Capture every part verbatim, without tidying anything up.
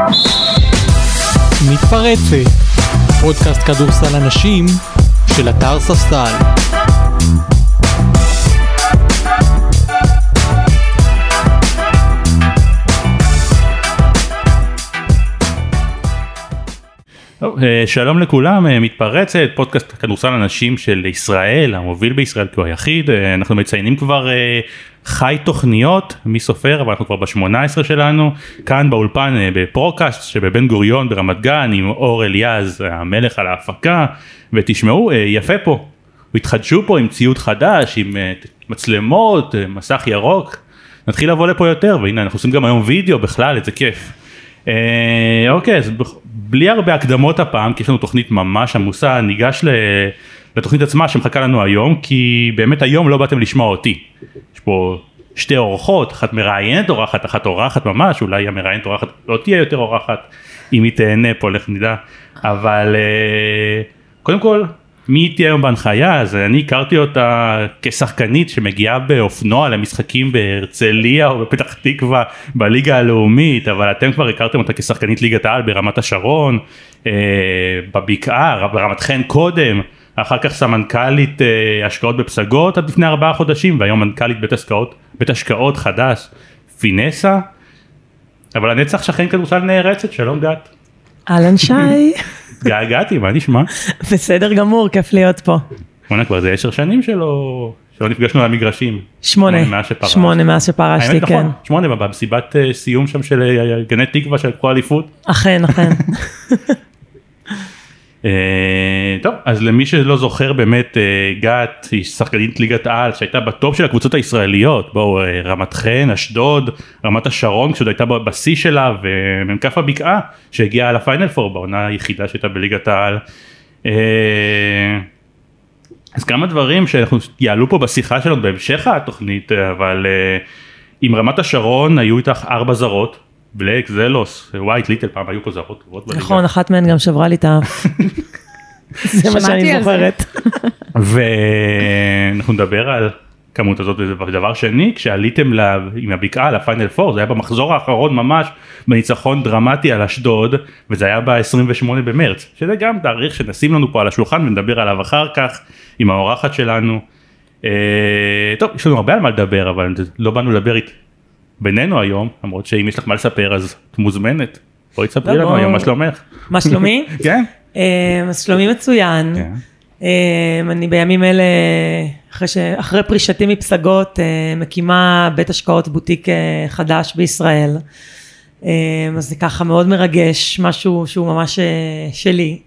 מתפרצת, פודקאסט כדורסל אנשים של אתר ספסל. טוב, שלום לכולם, מתפרצת, פודקאסט כדורסל אנשים של ישראל, המוביל בישראל כי הוא היחיד. אנחנו מציינים כבר חי תוכניות, מי סופר, אבל אנחנו כבר ב-שמונה עשרה שלנו, כאן באולפן בפרוקאסט שבבן גוריון ברמת גן עם אור אליאז, המלך על ההפקה, ותשמעו, יפה פה, הוא התחדשו פה עם ציוד חדש, עם מצלמות, מסך ירוק, נתחיל לבוא לפה יותר, והנה אנחנו עושים גם היום וידאו בכלל, איזה כיף. אוקיי, אז בלי הרבה הקדמות הפעם, כי יש לנו תוכנית ממש עמוסה, ניגש לתוכנית עצמה שמחכה לנו היום, כי באמת היום לא באתם לשמוע אותי. יש פה שתי אורחות, אחת מראיינת אורחת, אחת אורחת ממש, אולי המראיינת אורחת לא תהיה יותר אורחת, אם היא תהנה פה, לך נדע. אבל קודם כל, מי תהיה היום בהנחיה? אז אני הכרתי אותה כשחקנית שמגיעה באופנוע למשחקים בהרצליה או בפתח תקווה בליגה הלאומית, אבל אתם כבר הכרתם אותה כשחקנית ליגת העל ברמת השרון, אה, בבקעה, ברמת חן קודם, אחר כך סמנכ"לית אה, השקעות בפסגות עד לפני ארבעה חודשים, והיום מנכ"לית בית השקעות, בית השקעות חדש, פינסה, אבל הנצח שכן כדורסל נערצת, שלום גת. אהלן שי. געגעתי, מה נשמע? בסדר גמור, כיף להיות פה. שמונה כבר זה עשר שנים שלא, שלא נפגשנו על המגרשים. שמונה, שמונה, שמונה מאז שפרשתי, האמת, כן. נכון, שמונה, במסיבת סיום שם של גני תקווה של כל אליפות. אכן, אכן. טוב, אז למי שלא זוכר באמת, גת היא שחקנית ליגת העל שהייתה בטופ של הקבוצות הישראליות, בואו, רמת חן, אשדוד, רמת השרון, כשעוד הייתה בשיא שלה, וממקף הבקעה שהגיעה לפיינל פור בעונה היחידה שהייתה בליגת העל. אז כמה דברים שאנחנו יעלו פה בשיחה שלנו בהמשך התוכנית, אבל עם רמת השרון היו איתך ארבע זרות, בלק, זלוס, ווייט, ליטל, פעם היו פה זרות טובות בליגה. נכון, אחת מהן גם שברה לי את האף. זה מה שאני זוכרת. ואנחנו נדבר על כמות הזאת, ודבר שני, כשעליתם עם הבקעה לפיינל פור, זה היה במחזור האחרון ממש, בניצחון דרמטי על אשדוד, וזה היה ב-עשרים ושמונה במרץ, שזה גם תאריך שנשים לנו פה על השולחן, ונדבר עליו אחר כך, עם האורחת שלנו. טוב, יש לנו הרבה על מה לדבר, אבל לא באנו לדבר איתה. בינינו היום, למרות שאם יש לך מה לספר אז את מוזמנת, בואי תספרי לנו היום, מה שלומך? מה שלומי? כן. אז שלומי מצוין, אני בימים אלה, אחרי פרישתי מפסגות, מקימה בית השקעות בוטיק חדש בישראל, אז זה ככה מאוד מרגש, משהו שהוא ממש שלי,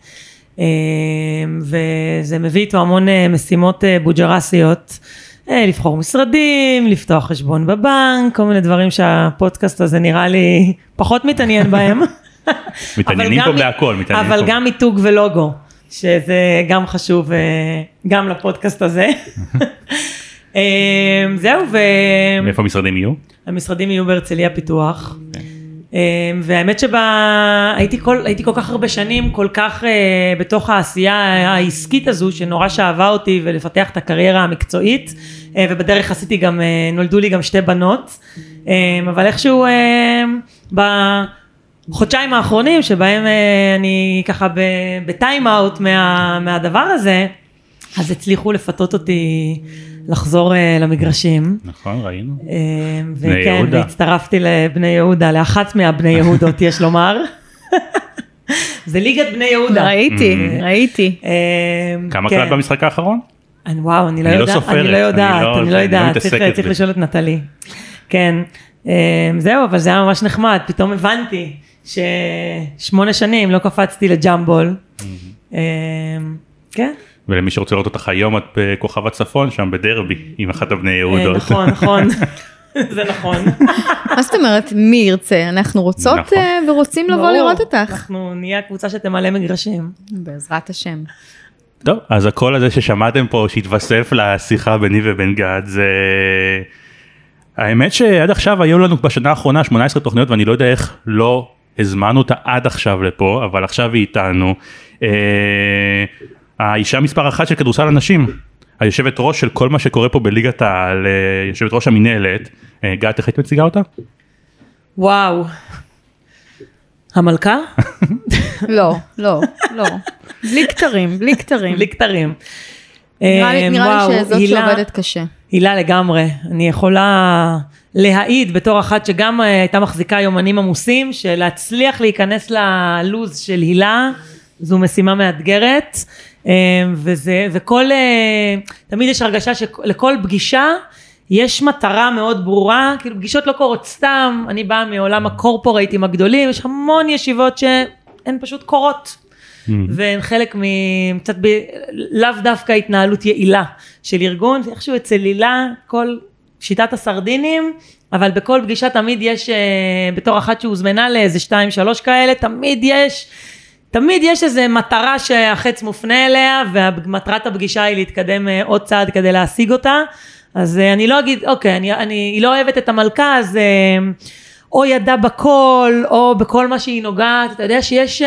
וזה מביא איתו המון משימות בוג'רסיות, לבחור משרדים, לפתוח חשבון בבנק, כל מיני דברים שהפודקאסט הזה נראה לי פחות מתעניין בהם. מתעניינים פה בהכל, מתעניינים פה. אבל גם מיתוג ולוגו, שזה גם חשוב גם לפודקאסט הזה. זהו. מאיפה המשרדים יהיו? המשרדים יהיו בהרצליה פיתוח. והאמת שהייתי כל, הייתי כל כך הרבה שנים, כל כך בתוך העשייה העסקית הזו, שנורא שאהבה אותי ולפתח את הקריירה המקצועית, ובדרך עשיתי גם, נולדו לי גם שתי בנות, אבל איכשהו בחודשיים האחרונים, שבהם אני ככה בטיים אאוט מה, מהדבר הזה, אז הצליחו לפתות אותי לחזור למגרשים. נכון, ראינו. וכן, והצטרפתי לבני יהודה, לאחת מהבני יהודות, יש לומר. זה ליגת בני יהודה. ראיתי, ראיתי. כמה קלט במשחק האחרון? וואו, אני לא יודעת, אני לא יודעת, אני לא יודעת, צריך לשאול את נטלי. כן, זהו, אבל זה היה ממש נחמד, פתאום הבנתי ששמונה שנים לא קפצתי לג'מבול. כן. ולמי שרוצה לראות אותך היום, את בכוכב הצפון, שם בדרבי, עם אחת הבני יהודות. נכון, נכון, זה נכון. מה זאת אומרת, מי ירצה? אנחנו רוצות ורוצים לבוא לראות אותך. אנחנו נהיה הקבוצה שתמלא מגרשים. בעזרת השם. טוב, אז הכל הזה ששמעתם פה, שהתווסף לשיחה ביני ובין גד, זה... האמת שעד עכשיו היו לנו בשנה האחרונה שמונה עשרה תוכניות, ואני לא יודע איך לא הזמנו אותה עד עכשיו לפה, אבל עכשיו היא איתנו. האישה מספר אחת של כדורסל אנשים, היושבת ראש של כל מה שקורה פה בליגת העל, יושבת ראש המנהלת, גת, איך היית מציגה אותה? וואו, המלכה? לא, לא, לא. בלי כתרים, בלי כתרים. בלי כתרים. נראה לי, נראה לי שזאת שעובדת קשה. הילה לגמרי. אני יכולה להעיד בתור אחת שגם הייתה מחזיקה יומנים עמוסים, שלהצליח להיכנס ללוז של הילה, זו משימה מאתגרת. וזה, וכל, תמיד יש הרגשה שלכל פגישה, יש מטרה מאוד ברורה, כאילו פגישות לא קורות סתם, אני באה מעולם הקורפורייטים הגדולים, יש המון ישיבות שהן פשוט קורות, mm-hmm. והן חלק מקצת, ב... לאו דווקא התנהלות יעילה של ארגון, איכשהו אצל הילה, כל שיטת הסרדינים, אבל בכל פגישה תמיד יש, בתור אחת שהוזמנה לאיזה שתיים, שלוש כאלה, תמיד יש, תמיד יש איזו מטרה שהחץ מופנה אליה, ומטרת הפגישה היא להתקדם עוד צעד כדי להשיג אותה, אז אני לא אגיד, אוקיי, אני, אני, היא לא אוהבת את המלכה, אז או ידע בכל, או בכל מה שהיא נוגעת, אתה יודע שיש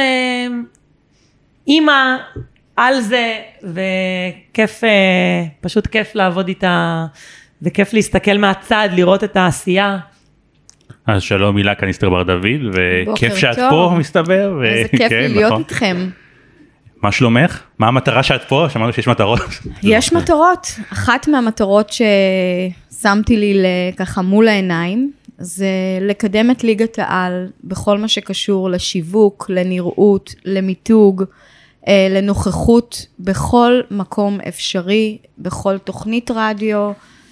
אימא על זה, וכיף, פשוט כיף לעבוד איתה, וכיף להסתכל מהצד, לראות את העשייה. אז שלום הילה קניסטר בר דוד, וכיף שאת פה מסתבר. איזה כיף לי להיות איתכם. מה שלומך? מה המטרה שאת פה? שמענו שיש מטרות. יש מטרות. אחת מהמטרות ששמתי לי ככה מול העיניים, זה לקדם את ליגת העל בכל מה שקשור לשיווק, לנראות, למיתוג, לנוכחות בכל מקום אפשרי, בכל תוכנית רדיו,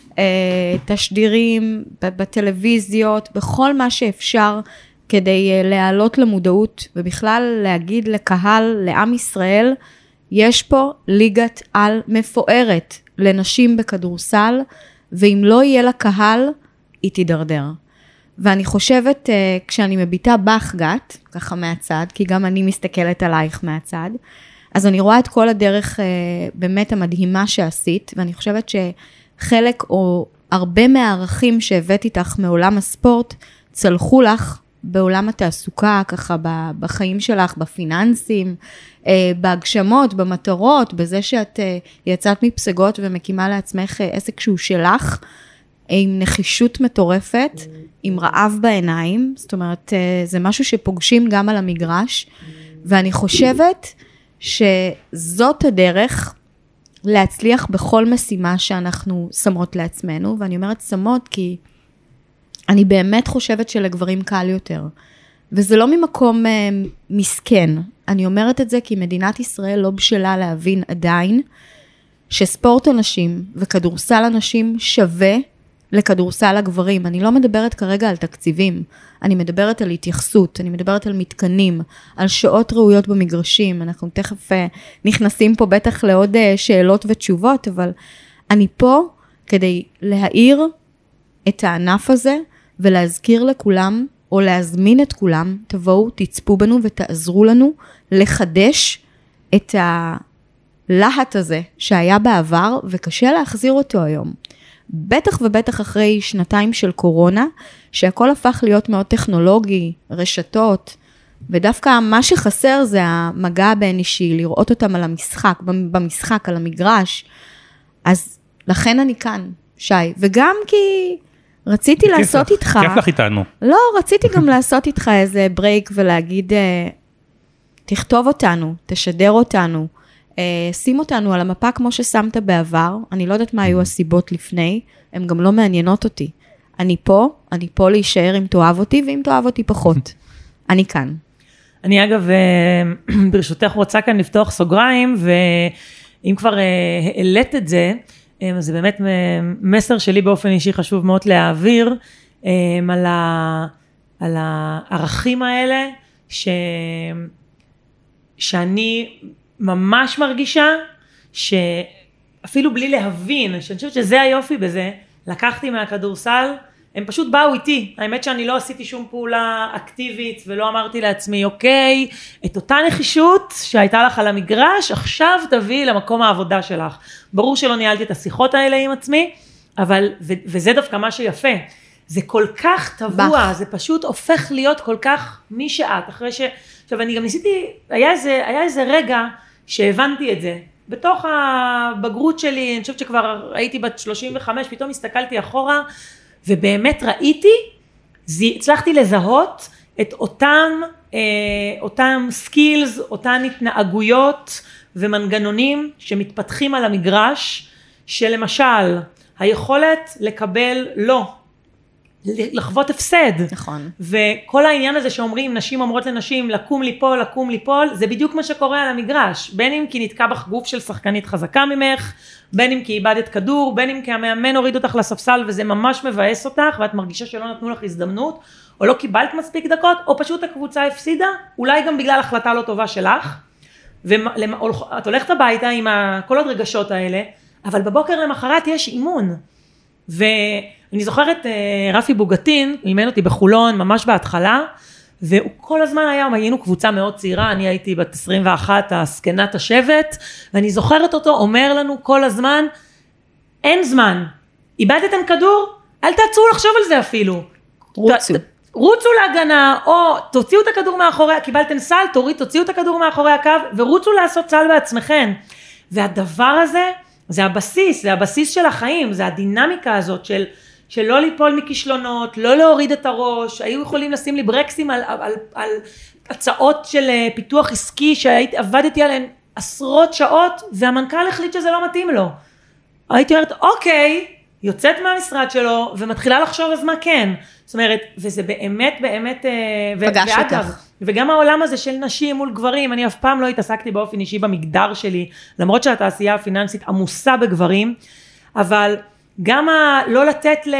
תשדירים, בטלוויזיות, בכל מה שאפשר כדי להעלות למודעות, ובכלל להגיד לקהל, לעם ישראל, יש פה ליגת על מפוארת לנשים בכדורסל, ואם לא יהיה לה קהל, היא תידרדר. ואני חושבת, כשאני מביטה בך גת, ככה מהצד, כי גם אני מסתכלת עלייך מהצד, אז אני רואה את כל הדרך באמת המדהימה שעשית, ואני חושבת שחלק או הרבה מהערכים שהבאת איתך מעולם הספורט, צלחו לך בעולם התעסוקה, ככה בחיים שלך, בפיננסים, בהגשמות, במטרות, בזה שאת יצאת מפסגות ומקימה לעצמך עסק שהוא שלך, עם נחישות מטורפת, עם רעב בעיניים, זאת אומרת, זה משהו שפוגשים גם על המגרש, ואני חושבת שזאת הדרך להצליח בכל משימה שאנחנו שמות לעצמנו, ואני אומרת שמות כי אני באמת חושבת שלגברים קל יותר, וזה לא ממקום מסכן, אני אומרת את זה כי מדינת ישראל לא בשלה להבין עדיין, שספורט הנשים וכדורסל הנשים שווה לכדורסל הגברים. אני לא מדברת כרגע על תקציבים, אני מדברת על התייחסות, אני מדברת על מתקנים, על שעות ראויות במגרשים, אנחנו תכף נכנסים פה בטח לעוד שאלות ותשובות, אבל אני פה כדי להאיר את הענף הזה, ולהזכיר לכולם, או להזמין את כולם, תבואו, תצפו בנו ותעזרו לנו לחדש את הלהט הזה שהיה בעבר, וקשה להחזיר אותו היום. בטח ובטח אחרי שנתיים של קורונה, שהכל הפך להיות מאוד טכנולוגי, רשתות, ודווקא מה שחסר זה המגע הבין אישי, לראות אותם על המשחק, במשחק, על המגרש. אז לכן אני כאן, שי, וגם כי רציתי לעשות איתך, כיף לך איתנו. לא, רציתי גם לעשות איתך איזה ברייק ולהגיד, תכתוב אותנו, תשדר אותנו, שים אותנו על המפה כמו ששמת בעבר, אני לא יודעת מה היו הסיבות לפני, הן גם לא מעניינות אותי. אני פה, אני פה להישאר אם תאהב אותי, ואם תאהב אותי פחות. אני כאן. אני אגב, ברשותך רוצה כאן לפתוח סוגריים, ואם כבר העלית את זה, זה באמת מסר שלי באופן אישי חשוב מאוד להעביר, על, ה, על הערכים האלה, ש, שאני ממש מרגישה, שאפילו בלי להבין, שאני חושבת שזה היופי בזה, לקחתי מהכדורסל, הם פשוט באו איתי, האמת שאני לא עשיתי שום פעולה אקטיבית, ולא אמרתי לעצמי, אוקיי, את אותה נחישות שהייתה לך על המגרש, עכשיו תביאי למקום העבודה שלך. ברור שלא ניהלתי את השיחות האלה עם עצמי, אבל, ו- וזה דווקא מה שיפה, זה כל כך טבוע, זה פשוט הופך להיות כל כך מי שאת, אחרי ש... עכשיו אני גם ניסיתי, היה איזה, היה איזה רגע שהבנתי את זה, בתוך הבגרות שלי, אני חושבת שכבר הייתי בת שלושים וחמש, פתאום הסתכלתי אחורה, ובאמת ראיתי, הצלחתי לזהות את אותם, אה, אותם סקילס, אותן התנהגויות ומנגנונים שמתפתחים על המגרש, שלמשל, היכולת לקבל לא, לחוות הפסד. נכון. וכל העניין הזה שאומרים, נשים אומרות לנשים, לקום ליפול, לקום ליפול, זה בדיוק מה שקורה על המגרש. בין אם כי נתקע בך גוף של שחקנית חזקה ממך, בין אם כי איבדת כדור, בין אם כי המאמן הוריד אותך לספסל, וזה ממש מבאס אותך, ואת מרגישה שלא נתנו לך הזדמנות, או לא קיבלת מספיק דקות, או פשוט הקבוצה הפסידה, אולי גם בגלל החלטה לא טובה שלך, ואת הולכת הביתה עם כל הרגשות האלה, אבל בבוקר למחרת יש אימון. ואני זוכרת, רפי בוגטין, לימד אותי בחולון, ממש בהתחלה, והוא כל הזמן היה, היינו קבוצה מאוד צעירה, אני הייתי בת עשרים ואחת, הסקנת השבט, ואני זוכרת אותו, אומר לנו כל הזמן, אין זמן, איבדתם כדור? אל תעצרו לחשוב על זה אפילו. רוצו. רוצו להגנה, או תוציאו את הכדור מאחורי, קיבלתם סל, תוריד, תוציאו את הכדור מאחורי הקו, ורוצו לעשות סל בעצמכם. והדבר הזה, זה הבסיס, זה הבסיס של החיים, זה הדינמיקה הזאת של, של לא ליפול מכישלונות, לא להוריד את הראש, היו יכולים לשים לי ברקסים על, על, על, על הצעות של פיתוח עסקי, שעבדתי עליהן עשרות שעות, והמנכ"ל החליט שזה לא מתאים לו. הייתי אומרת, אוקיי, יוצאת מהמשרד שלו, ומתחילה לחשוב אז מה כן. זאת אומרת, וזה באמת, באמת, פגש אותך. וגם העולם הזה של נשים מול גברים, אני אף פעם לא התעסקתי באופן אישי במגדר שלי, למרות שהתעשייה הפיננסית עמוסה בגברים, אבל גם ה- לא לתת ל...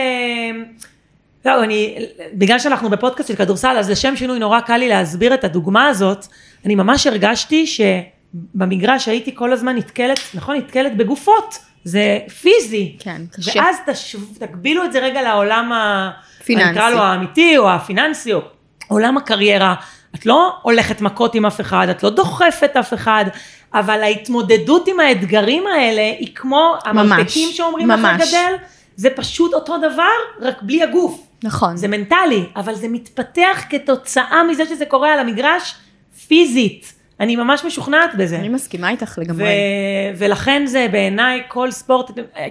לא, אני, בגלל שאנחנו בפודקאסט של כדורסל, אז לשם שינוי נורא קל לי להסביר את הדוגמה הזאת, אני ממש הרגשתי שבמגרש הייתי כל הזמן נתקלת, נכון, נתקלת בגופות, זה פיזי. כן, קשה. ואז תשו, תקבילו את זה רגע לעולם פיננסי. נקרא לו האמיתי או הפיננסי, או עולם הקריירה. את לא הולכת מכות עם אף אחד, את לא דוחפת אף אחד, אבל ההתמודדות עם האתגרים האלה, היא כמו המרתקים שאומרים לך לגדל, זה פשוט אותו דבר, רק בלי הגוף. נכון. זה מנטלי, אבל זה מתפתח כתוצאה מזה שזה קורה על המגרש, פיזית. אני ממש משוכנעת בזה. אני מסכימה איתך לגמרי. ו- ולכן זה בעיניי כל ספורט,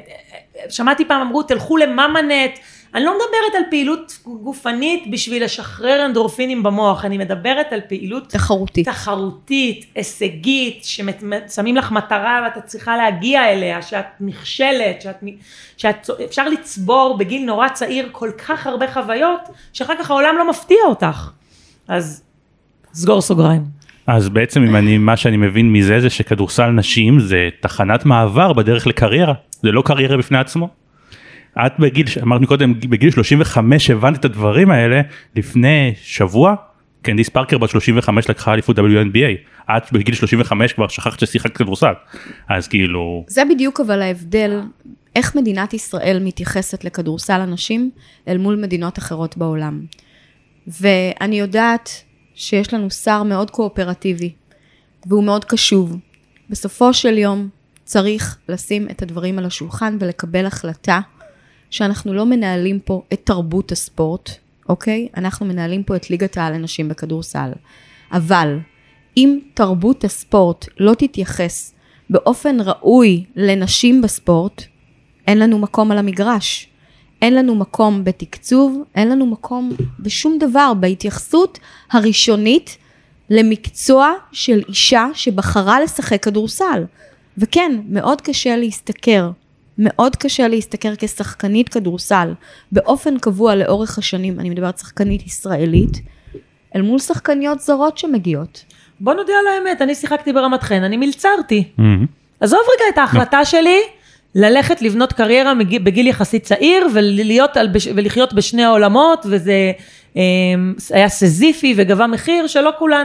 שמעתי פעם אמרו, תלכו לממנט, אני לא מדברת על פעילות גופנית בשביל לשחרר אנדורפינים במוח, אני מדברת על פעילות תחרותית, תחרותית, הישגית, ששמים לך מטרה ואת צריכה להגיע אליה, שאת נכשלת, שאת, שאת אפשר לצבור בגיל נורא צעיר כל כך הרבה חוויות, שאחר כך העולם לא מפתיע אותך. אז סגור סוגריים. אז בעצם אם אני, מה שאני מבין מזה זה שכדורסל נשים זה תחנת מעבר בדרך לקריירה, זה לא קריירה בפני עצמו. את בגיל, אמרנו קודם, בגיל שלושים וחמש הבנת את הדברים האלה, לפני שבוע, קנדיס פארקר בת שלושים וחמש לקחה אליפות דאבליו אן בי איי, את בגיל שלושים וחמש כבר שכחת ששיחקת כדורסל, אז כאילו... זה בדיוק אבל ההבדל, איך מדינת ישראל מתייחסת לכדורסל הנשים, אל מול מדינות אחרות בעולם. ואני יודעת שיש לנו שר מאוד קואופרטיבי, והוא מאוד קשוב. בסופו של יום צריך לשים את הדברים על השולחן ולקבל החלטה, שאנחנו לא מנהלים פה את תרבות הספורט, אוקיי? אנחנו מנהלים פה את ליגת העל לנשים בכדורסל. אבל אם תרבות הספורט לא תתייחס באופן ראוי לנשים בספורט, אין לנו מקום על המגרש. אין לנו מקום בתקצוב, אין לנו מקום בשום דבר, בהתייחסות הראשונית למקצוע של אישה שבחרה לשחק כדורסל. וכן, מאוד קשה להסתכר, מאוד קשה להסתכר כשחקנית כדורסל, באופן קבוע לאורך השנים, אני מדברת שחקנית ישראלית, אל מול שחקניות זרות שמגיעות. בוא נודע על האמת, אני שיחקתי ברמת חן, אני מלצרתי. עזוב רגע את ההחלטה שלי, ללכת לבנות קריירה בגיל יחסית צעיר, ולהיות על, ולחיות בשני העולמות, וזה היה סזיפי וגבה מחיר, שלא כולן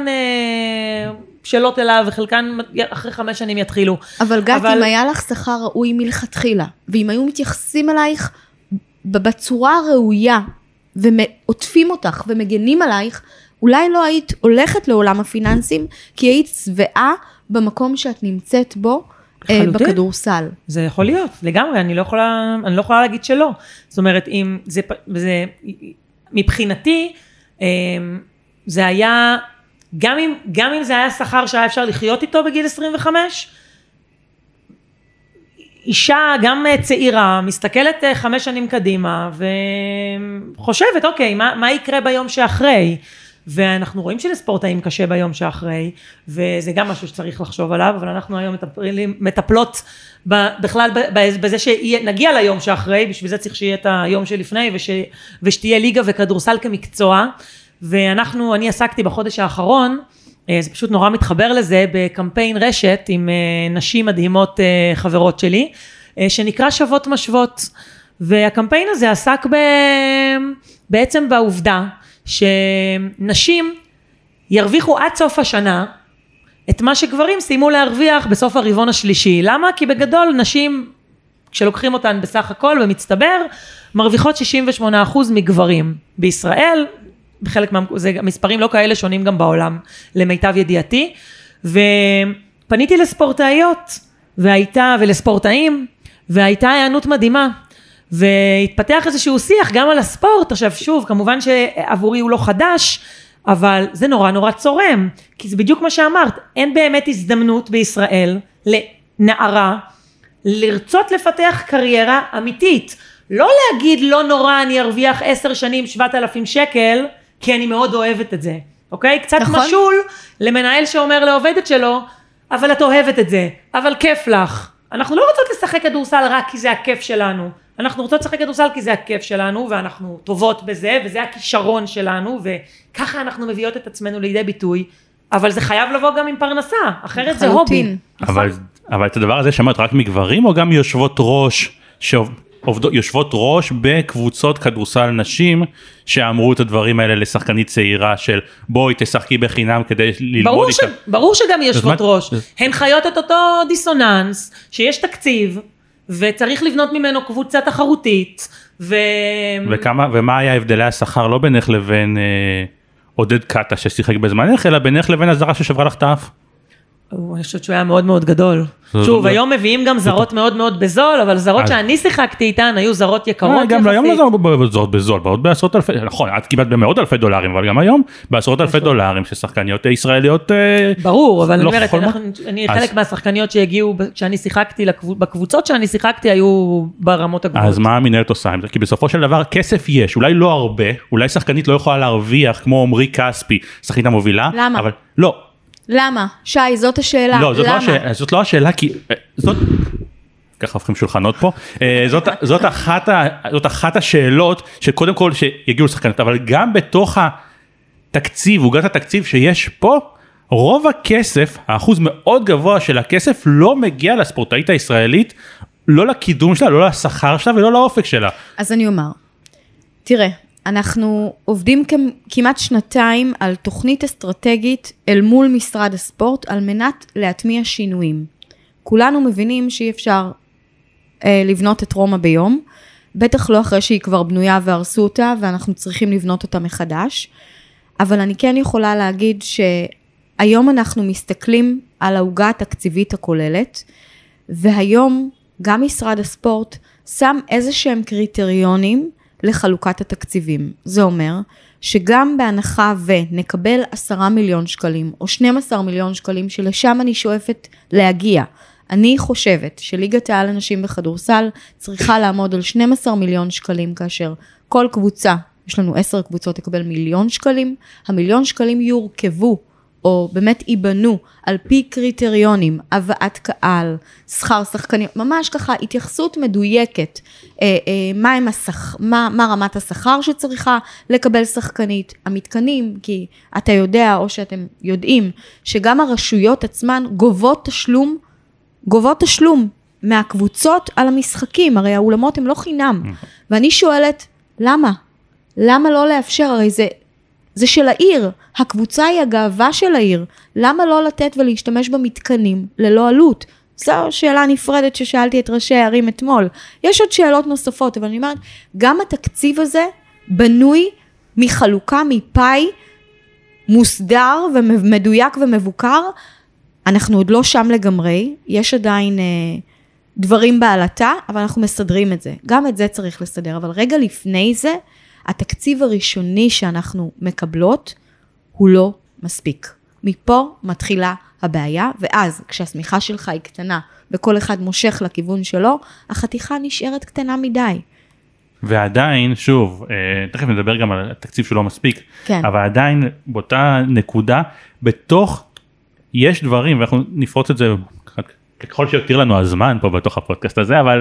שאלות אליו, וחלקן אחרי חמש שנים יתחילו. אבל גת, אבל... אם היה לך שכר ראוי מלכתחילה, ואם היו מתייחסים אלייך בצורה הראויה, ועוטפים אותך ומגנים עלייך, אולי לא היית הולכת לעולם הפיננסים, כי היית צבעה במקום שאת נמצאת בו, חלוטין. בכדורסל. זה יכול להיות, לגמרי, אני לא יכולה, אני לא יכולה להגיד שלא. זאת אומרת, אם זה, זה, מבחינתי, זה היה, גם אם, גם אם זה היה שכר שהיה אפשר לחיות איתו בגיל עשרים וחמש, אישה גם צעירה, מסתכלת חמש שנים קדימה, וחושבת, אוקיי, מה, מה יקרה ביום שאחרי? ואנחנו רואים שלספורטאים קשה ביום שאחרי, וזה גם משהו שצריך לחשוב עליו, אבל אנחנו היום מטפלים, מטפלות בכלל בזה שנגיע ליום שאחרי, בשביל זה צריך שיהיה את היום שלפני, וש, ושתהיה ליגה וכדורסל כמקצוע, ואנחנו, אני עסקתי בחודש האחרון, זה פשוט נורא מתחבר לזה, בקמפיין רשת עם נשים מדהימות חברות שלי, שנקרא שוות משוות, והקמפיין הזה עסק ב... בעצם בעובדה, שנשים ירוויחו עד סוף השנה, את מה שגברים סיימו להרוויח בסוף הרבעון השלישי. למה? כי בגדול נשים, כשלוקחים אותן בסך הכל ומצטבר, מרוויחות שישים ושמונה אחוז מגברים. בישראל, בחלק מה... זה מספרים לא כאלה שונים גם בעולם, למיטב ידיעתי, ופניתי לספורטאיות, והייתה, ולספורטאים, והייתה הענות מדהימה, והתפתח איזשהו שיח גם על הספורט. עכשיו שוב, כמובן שעבורי הוא לא חדש, אבל זה נורא נורא צורם, כי זה בדיוק מה שאמרת, אין באמת הזדמנות בישראל לנערה, לרצות לפתח קריירה אמיתית, לא להגיד לא נורא אני ארוויח עשר שנים שבעת אלפים שקל, כי אני מאוד אוהבת את זה, אוקיי? קצת נכון. משול למנהל שאומר לעובדת שלו, אבל את אוהבת את זה, אבל כיף לך. אנחנו לא רוצות לשחק כדורסל רק כי זה הכיף שלנו, אנחנו רוצות לשחק כדורסל כי זה הכיף שלנו, ואנחנו טובות בזה, וזה הכישרון שלנו, וככה אנחנו מביאות את עצמנו לידי ביטוי, אבל זה חייב לבוא גם עם פרנסה, אחרת זה הובי. אבל, אבל את הדבר הזה שמעת רק מגברים, או גם יושבות ראש, שעובדות, יושבות ראש בקבוצות כדורסל נשים, שאמרו את הדברים האלה לשחקנית צעירה, של בואי תשחקי בחינם כדי ללמוד. ברור, ש, ברור שגם יושבות ראש, הן חיות את אותו דיסוננס, שיש תקציב, וצריך לבנות ממנו קבוצה תחרותית, ו... וכמה, ומה היה הבדלי השכר, לא בינך לבין אה, עודד קטה ששיחק בזמנך, אלא בינך לבין הזרה ששברה לך את האף? אני חושבת שהוא היה מאוד מאוד גדול. שוב, היום מביאים גם זרות מאוד מאוד בזול, אבל זרות שאני שיחקתי איתן, היו זרות יקרות יחסית. גם היום לא זרות בזול, בעוד בעשרות אלפי, נכון, עד כמעט במאות אלפי דולרים, אבל גם היום, בעשרות אלפי דולרים, ששחקניות ישראליות... ברור, אבל אני אומרת, אני חלק מהשחקניות שהגיעו, כשאני שיחקתי, בקבוצות שאני שיחקתי, היו ברמות הגבוהות. אז מה המנהלת עושה עם זה? כי בסופו של דבר, כסף יש, אולי לא הרבה, אולי שחקנית לא יכולה להרוויח, כמו עמרי כספי, שחקנית המובילה, למה? אבל לא. למה? שי, זאת השאלה. לא, זאת, למה? לא, השאלה, זאת לא השאלה, כי זאת, ככה הופכים שולחנות פה, זאת, זאת, אחת, זאת אחת השאלות שקודם כל שיגיעו לשחקנות, אבל גם בתוך התקציב, עוגת התקציב שיש פה, רוב הכסף, האחוז מאוד גבוה של הכסף, לא מגיע לספורטאית הישראלית, לא לקידום שלה, לא לשכר שלה ולא לאופק שלה. אז אני אומר, תראה, אנחנו עובדים כמעט שנתיים על תוכנית אסטרטגית אל מול משרד הספורט, על מנת להטמיע שינויים. כולנו מבינים שאי אפשר אה, לבנות את רומא ביום, בטח לא אחרי שהיא כבר בנויה והרסו אותה, ואנחנו צריכים לבנות אותה מחדש, אבל אני כן יכולה להגיד שהיום אנחנו מסתכלים על ההוגה התקציבית הכוללת, והיום גם משרד הספורט שם איזה שהם קריטריונים, לחלוקת התקציבים. זה אומר שגם בהנחה ונקבל עשרה מיליון שקלים או שנים עשר מיליון שקלים שלשם אני שואפת להגיע. אני חושבת שליגת העל לנשים בכדורסל צריכה לעמוד על שנים עשר מיליון שקלים כאשר כל קבוצה, יש לנו עשר קבוצות תקבל מיליון שקלים, המיליון שקלים יורכבו או באמת ייבנו על פי קריטריונים, הבאת קהל, שכר שחקנים, ממש ככה התייחסות מדויקת, אה, אה, מה, הם השכ... מה, מה רמת השכר שצריכה לקבל שחקנית, המתקנים, כי אתה יודע או שאתם יודעים, שגם הרשויות עצמן גובות תשלום, גובות תשלום מהקבוצות על המשחקים, הרי האולמות הם לא חינם, ואני שואלת, למה? למה לא לאפשר? הרי זה... זה של העיר, הקבוצה היא הגאווה של העיר, למה לא לתת ולהשתמש במתקנים ללא עלות? זו שאלה נפרדת ששאלתי את ראשי הערים אתמול. יש עוד שאלות נוספות, אבל אני אומרת, גם התקציב הזה בנוי מחלוקה, מפאי, מוסדר ומדויק ומבוקר, אנחנו עוד לא שם לגמרי, יש עדיין אה, דברים בעלתה, אבל אנחנו מסדרים את זה. גם את זה צריך לסדר, אבל רגע לפני זה, התקציב הראשוני שאנחנו מקבלות, הוא לא מספיק. מפה מתחילה הבעיה, ואז כשהסמיכה שלך היא קטנה, וכל אחד מושך לכיוון שלו, החתיכה נשארת קטנה מדי. ועדיין, שוב, תכף נדבר גם על התקציב שלא מספיק, כן. אבל עדיין באותה נקודה, בתוך, יש דברים, ואנחנו נפרוץ את זה, ככל שיותיר לנו הזמן פה בתוך הפודקאסט הזה, אבל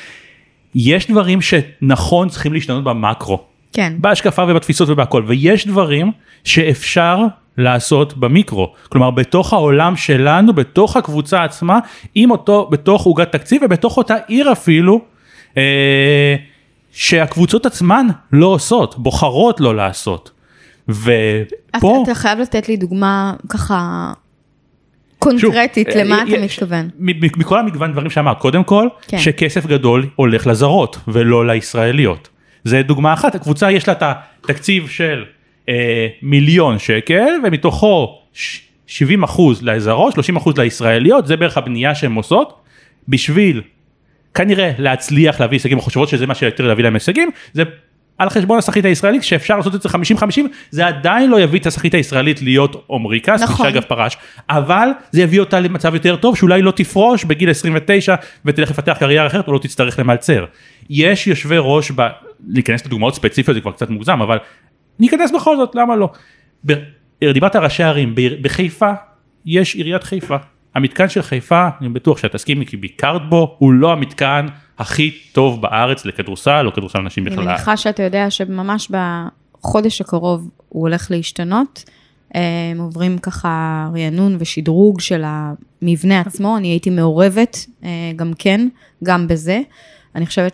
יש דברים שנכון צריכים להשתנות במקרו. כן. בהשקפה ובתפיסות ובהכל, ויש דברים שאפשר לעשות במיקרו, כלומר בתוך העולם שלנו, בתוך הקבוצה עצמה, עם אותו, בתוך עוגת תקציב ובתוך אותה עיר אפילו, אה, שהקבוצות עצמן לא עושות, בוחרות לא לעשות. ופה... אתה, אתה חייב לתת לי דוגמה ככה קונקרטית, שוב, למה אתה מתכוון? מכל המגוון דברים שאמרת, קודם כל, כן. שכסף גדול הולך לזרות ולא לישראליות. זה דוגמה אחת, הקבוצה יש לה את התקציב של אה, מיליון שקל, ומתוכו שבעים אחוז לזרות, שלושים אחוז לישראליות, זה בערך הבנייה שהן עושות, בשביל כנראה להצליח להביא הישגים, או חושבות שזה מה שיותר להביא להם הישגים, זה על חשבון השחקית הישראלית, שאפשר לעשות את זה חמישים חמישים, זה עדיין לא יביא את השחקית הישראלית להיות עומרי כספי, נכון. שאגב פרש, אבל זה יביא אותה למצב יותר טוב, שאולי לא תפרוש בגיל עשרים ותשע, ותלך לפתח קריירה אחרת, או לא תצטרך למלצר. יש יושבי ראש, ב... להיכנס לדוגמאות ספציפיות, זה כבר קצת מוגזם, אבל ניכנס בכל זאת, למה לא? ב... דיברת ראשי ערים, בחיפה, יש עיריית חיפה. המתקן של חיפה, אני בטוח שאת תסכימי, כי ביקרת בו, הוא לא המתקן הכי טוב בארץ לכדורסל, או כדורסל נשים בכלל. אני מניחה שאתה יודע שממש בחודש הקרוב הוא הולך להשתנות, הם עוברים ככה רענון ושדרוג של המבנה עצמו, אני הייתי מעורבת גם כן, גם בזה. אני חושבת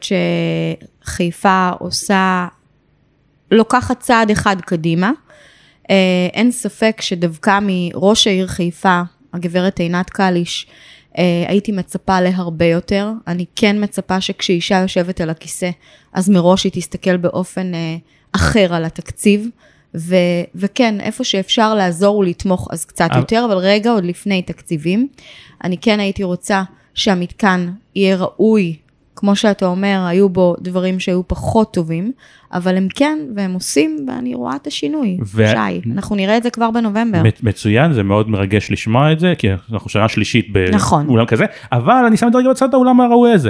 שחיפה עושה, לוקחת צעד אחד קדימה, אין ספק שדווקא מראש העיר חיפה, הגברת עינת קליש, הייתי מצפה להרבה יותר, אני כן מצפה שכשאישה יושבת על הכיסא, אז מראש היא תסתכל באופן אחר על התקציב, ו- וכן, איפה שאפשר לעזור ולתמוך אז קצת יותר, אבל רגע עוד לפני תקציבים, אני כן הייתי רוצה שהמתקן יהיה ראוי, כמו שאתה אומר, היו בו דברים שהיו פחות טובים, אבל הם כן, והם עושים, ואני רואה את השינוי. ו... שי, אנחנו נראה את זה כבר בנובמבר. מצוין, זה מאוד מרגש לשמוע את זה, כי אנחנו שנה שלישית נכון. באולם כזה, אבל אני שם את הרגע בצד האולם הראוי הזה.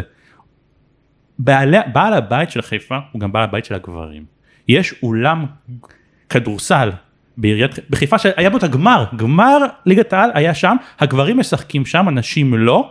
בעל, בעל הבית של חיפה, הוא גם בעל הבית של הגברים. יש אולם כדורסל, בעיריית, בחיפה שהיה בו את הגמר, גמר ליגת העל היה שם, הגברים משחקים שם, אנשים לא,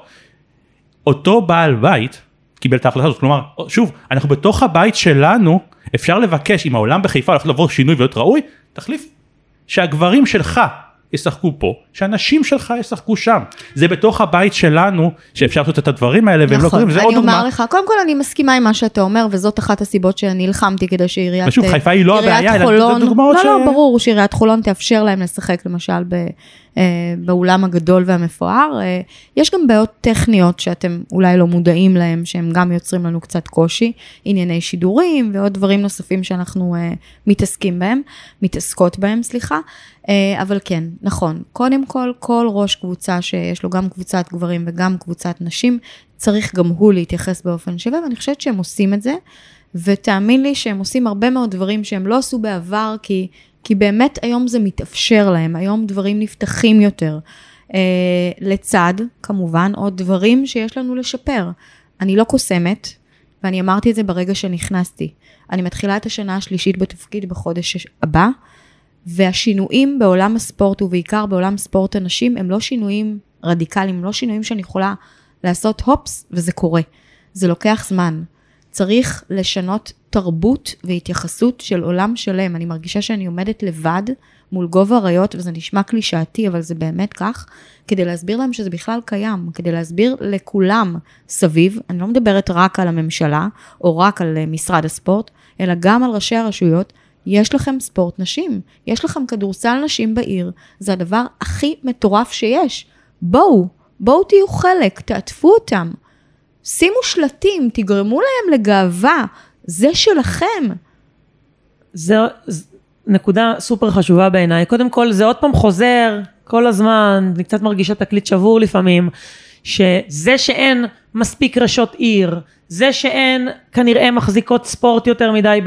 אותו בעל בית, קיבל את ההחלטה הזאת, כלומר, שוב, אנחנו בתוך הבית שלנו, אפשר לבקש, אם העולם בחיפה הולך לעבור שינוי ולהיות ראוי, תחליף, שהגברים שלך ישחקו פה, שהנשים שלך ישחקו שם. זה בתוך הבית שלנו, שאפשר לעשות את הדברים האלה, והם לא קוראים, זה עוד דוגמה. אני אומר לך, קודם כל אני מסכימה עם מה שאתה אומר, וזאת אחת הסיבות שנלחמתי כדי שעיריית ושוב, חיפה היא לא הבעיה, אלא זה דוגמאות ש... לא, לא, ברור, שעיריית חולון תאפשר להם לשחק, למשל, ב... באולם הגדול והמפואר. יש גם בעיות טכניות שאתם אולי לא מודעים להם, שהם גם יוצרים לנו קצת קושי, ענייני שידורים ועוד דברים נוספים שאנחנו מתעסקים בהם, מתעסקות בהם, סליחה. אבל כן, נכון. קודם כל, כל ראש קבוצה שיש לו גם קבוצת גברים וגם קבוצת נשים, צריך גם הוא להתייחס באופן שווה, ואני חושבת שהם עושים את זה, ותאמין לי שהם עושים הרבה מאוד דברים שהם לא עשו בעבר, כי כי באמת היום זה מתאפשר להם, היום דברים נפתחים יותר. אה, לצד, כמובן, עוד דברים שיש לנו לשפר. אני לא קוסמת, ואני אמרתי את זה ברגע שנכנסתי. אני מתחילה את השנה השלישית בתפקיד בחודש הבא, והשינויים בעולם הספורט, ובעיקר בעולם ספורט הנשים, הם לא שינויים רדיקליים, לא שינויים שאני יכולה לעשות הופס, וזה קורה. זה לוקח זמן. צריך לשנות תרבות והתייחסות של עולם שלם. אני מרגישה שאני עומדת לבד מול גובה אריות, וזה נשמע קלישאתי, אבל זה באמת כך, כדי להסביר להם שזה בכלל קיים, כדי להסביר לכולם סביב, אני לא מדברת רק על הממשלה, או רק על משרד הספורט, אלא גם על ראשי הרשויות, יש לכם ספורט נשים, יש לכם כדורסל נשים בעיר, זה הדבר הכי מטורף שיש. בואו, בואו תהיו חלק, תעטפו אותם, שימו שלטים, תגרמו להם לגאווה, זה שלכם. זה נקודה סופר חשובה בעיניי. קודם כל, זה עוד פעם חוזר כל הזמן, אני קצת מרגישה תקליט שבור לפעמים, שזה שאין מספיק ראשות עיר, זה שאין כנראה מחזיקות ספורט יותר מדי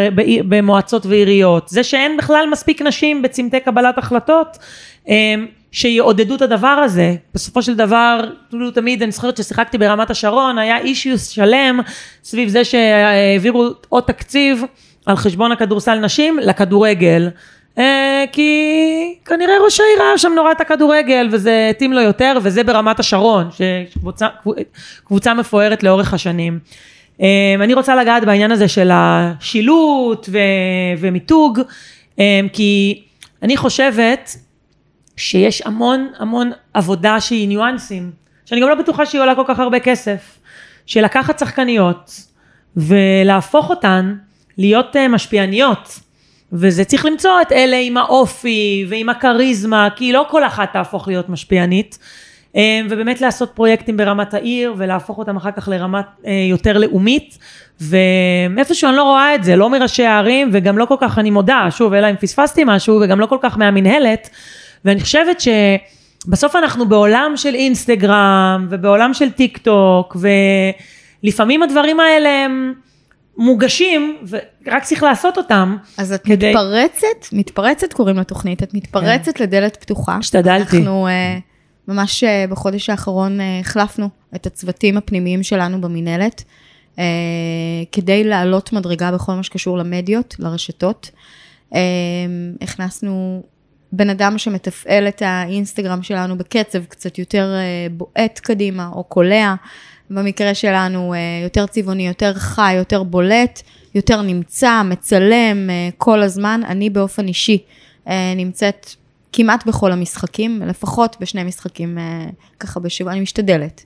במועצות ועיריות, זה שאין בכלל מספיק נשים בצמתי קבלת החלטות, שיעודדו את הדבר הזה. בסופו של דבר, תמיד אני זוכרת ששיחקתי ברמת השרון, היה אישיוס שלם סביב זה שהעבירו עוד תקציב על חשבון הכדורסל נשים לכדורגל, כי כנראה ראש העיר ראה שם נורא את הכדורגל, וזה התאים לו יותר, וזה ברמת השרון, שקבוצה קבוצה מפוארת לאורך השנים. אני רוצה לגעת בעניין הזה של השילוט ומיתוג, כי אני חושבת שיש המון המון עבודה שהיא ניואנסים, שאני גם לא בטוחה שהיא עולה כל כך הרבה כסף, שלקחת שחקניות ולהפוך אותן להיות משפיעניות, וזה צריך למצוא את אלה עם האופי ועם הקריזמה, כי לא כל אחת תהפוך להיות משפיענית, ובאמת לעשות פרויקטים ברמת העיר, ולהפוך אותם אחר כך לרמת יותר לאומית, ואיפשהו אני לא רואה את זה, לא מראשי הערים, וגם לא כל כך אני מודה, שוב, אלא אם פספסתי משהו, וגם לא כל כך מהמנהלת, ואני חושבת שבסוף אנחנו בעולם של אינסטגרם, ובעולם של טיק טוק, ולפעמים הדברים האלה הם מוגשים, ורק צריך לעשות אותם. אז את כדי... מתפרצת, מתפרצת קוראים לתוכנית, את מתפרצת לדלת פתוחה. השתדלתי. אנחנו uh, ממש uh, בחודש האחרון uh, החלפנו את הצוותים הפנימיים שלנו במנהלת, uh, כדי לעלות מדרגה בכל מה שקשור למדיות, לרשתות. Uh, הכנסנו בן אדם שמתפעל את האינסטגרם שלנו בקצב קצת יותר uh, בועט קדימה או קולע, במקרה שלנו יותר צבעוני, יותר חי, יותר בולט, יותר נמצא, מצלם כל הזמן. אני באופן אישי נמצאת כמעט בכל המשחקים, לפחות בשני משחקים ככה בשבוע, אני משתדלת.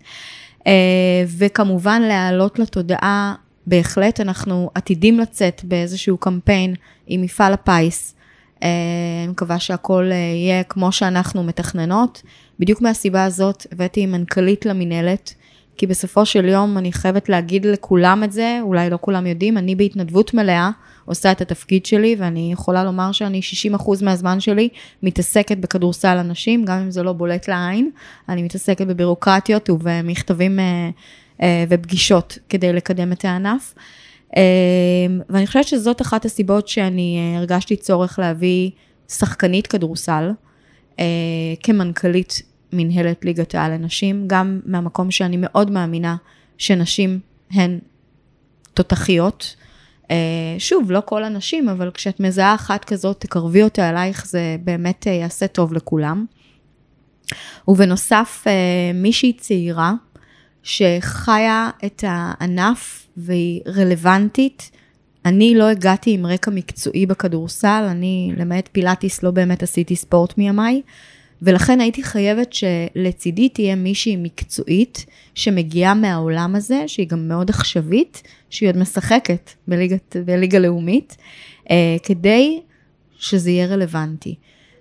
וכמובן להעלות לתודעה, בהחלט אנחנו עתידים לצאת באיזשהו קמפיין עם מפעל הפיס. אני מקווה שהכל יהיה כמו שאנחנו מתכננות. בדיוק מהסיבה הזאת הבאתי מנכ"לית למנהלת, כי בסופו של יום אני חייבת להגיד לכולם את זה, אולי לא כולם יודעים, אני בהתנדבות מלאה עושה את התפקיד שלי, ואני יכולה לומר שאני שישים אחוז מהזמן שלי מתעסקת בכדורסל אנשים, גם אם זה לא בולט לעין, אני מתעסקת בבירוקרטיות ובמכתבים ופגישות כדי לקדם את הענף. ואני חושבת שזאת אחת הסיבות שאני הרגשתי צורך להביא שחקנית כדורסל, כמנכ"לית מנהלת ליגת העל לנשים, גם מהמקום שאני מאוד מאמינה שנשים הן תותחיות. שוב, לא כל הנשים, אבל כשאת מזהה אחת כזאת, תקרבי אותה אלייך, זה באמת יעשה טוב לכולם. ובנוסף, מישהי צעירה, שחיה את הענף והיא רלוונטית. אני לא הגעתי עם רקע מקצועי בכדורסל, אני למעט פילאטיס לא באמת עשיתי ספורט מימיי, ולכן הייתי חייבת שלצידי תהיה מישהי מקצועית, שמגיעה מהעולם הזה, שהיא גם מאוד עכשווית, שהיא עוד משחקת בליגת, בליגה לאומית, כדי שזה יהיה רלוונטי.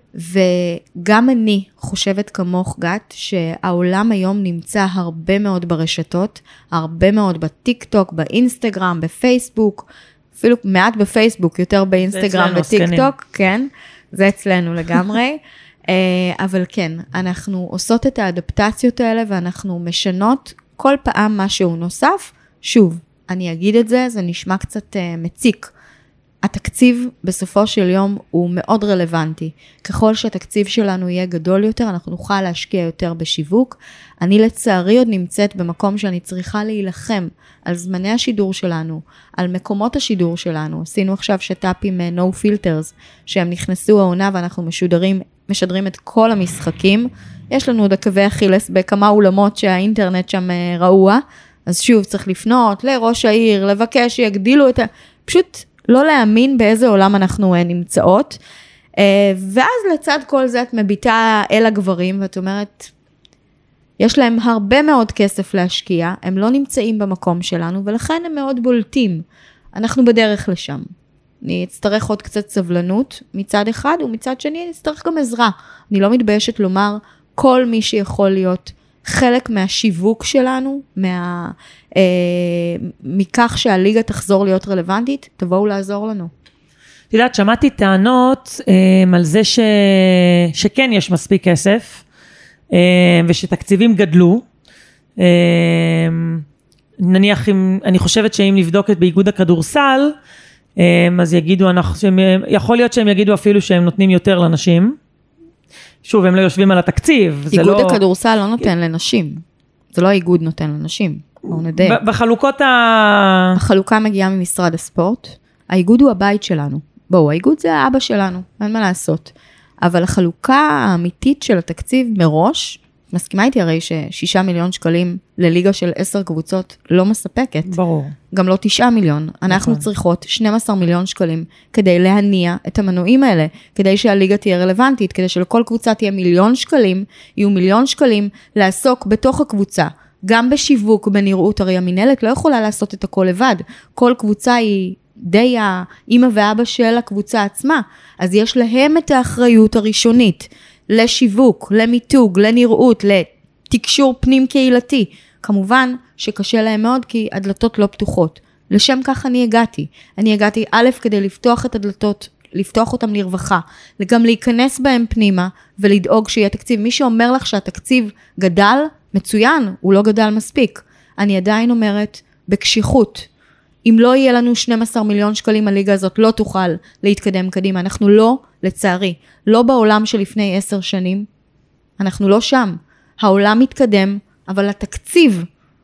וגם אני חושבת כמוך גת, שהעולם היום נמצא הרבה מאוד ברשתות, הרבה מאוד בטיק טוק, באינסטגרם, בפייסבוק, אפילו מעט בפייסבוק, יותר באינסטגרם וטיק טוק, כן, זה אצלנו לגמרי. אבל כן, אנחנו עושות את האדפטציות האלה, ואנחנו משנות כל פעם משהו נוסף. שוב, אני אגיד את זה, זה נשמע קצת מציק. התקציב בסופו של יום הוא מאוד רלוונטי. ככל שהתקציב שלנו יהיה גדול יותר, אנחנו נוכל להשקיע יותר בשיווק. אני לצערי עוד נמצאת במקום שאני צריכה להילחם על זמני השידור שלנו, על מקומות השידור שלנו. עשינו עכשיו שטאפ עם No Filters, שהם נכנסו העונה ואנחנו משודרים, משדרים את כל המשחקים. יש לנו עוד עקבי אכילס בכמה אולמות שהאינטרנט שם רעוע, אז שוב צריך לפנות לראש העיר, לבקש שיגדילו את ה... פשוט לא להאמין באיזה עולם אנחנו נמצאות, ואז לצד כל זה את מביטה אל הגברים, ואת אומרת, יש להם הרבה מאוד כסף להשקיע, הם לא נמצאים במקום שלנו, ולכן הם מאוד בולטים. אנחנו בדרך לשם. אני אצטרך עוד קצת סבלנות מצד אחד, ומצד שני אני אצטרך גם עזרה. אני לא מתביישת לומר, כל מי שיכול להיות חלק מהשיווק שלנו, מה, אה, מכך שהליגה תחזור להיות רלוונטית, תבואו לעזור לנו. את יודעת, שמעתי טענות אה, על זה ש... שכן יש מספיק כסף, אה, ושתקציבים גדלו. אה, נניח, אם, אני חושבת שאם נבדוק את באיגוד הכדורסל, אה, אז יגידו, אנחנו, שהם, יכול להיות שהם יגידו אפילו שהם נותנים יותר לנשים, שוב, הם לא יושבים על התקציב. איגוד לא... הכדורסל לא נותן לנשים. זה לא האיגוד נותן לנשים. בואו נדע. בחלוקות ה... החלוקה מגיעה ממשרד הספורט. האיגוד הוא הבית שלנו. בואו, האיגוד זה האבא שלנו, אין מה לעשות. אבל החלוקה האמיתית של התקציב מראש, מסכימה איתי הרי ששישה מיליון שקלים לליגה של עשר קבוצות לא מספקת. ברור. גם לא תשעה מיליון. אנחנו צריכות שנים עשר מיליון שקלים כדי להניע את המנועים האלה, כדי שהליגה תהיה רלוונטית, כדי שלכל קבוצה תהיה מיליון שקלים, יהיו מיליון שקלים לעסוק בתוך הקבוצה. גם בשיווק, בנראות, הרי המנהלת לא יכולה לעשות את הכל לבד. כל קבוצה היא די האמא ואבא של הקבוצה עצמה. אז יש להם את האחריות הראשונית. לשיווק, למיתוג, לנראות, לתקשור פנים קהילתי. כמובן שקשה להם מאוד כי הדלתות לא פתוחות. לשם כך אני הגעתי. אני הגעתי א' כדי לפתוח את הדלתות, לפתוח אותם לרווחה, גם להיכנס בהם פנימה ולדאוג שיהיה תקציב. מי שאומר לך שהתקציב גדל, מצוין, הוא לא גדל מספיק. אני עדיין אומרת בקשיחות, אם לא יהיה לנו שנים עשר מיליון שקלים, הליגה הזאת לא תוכל להתקדם קדימה. אנחנו לא, לצערי, לא בעולם שלפני עשר שנים, אנחנו לא שם. העולם מתקדם, אבל התקציב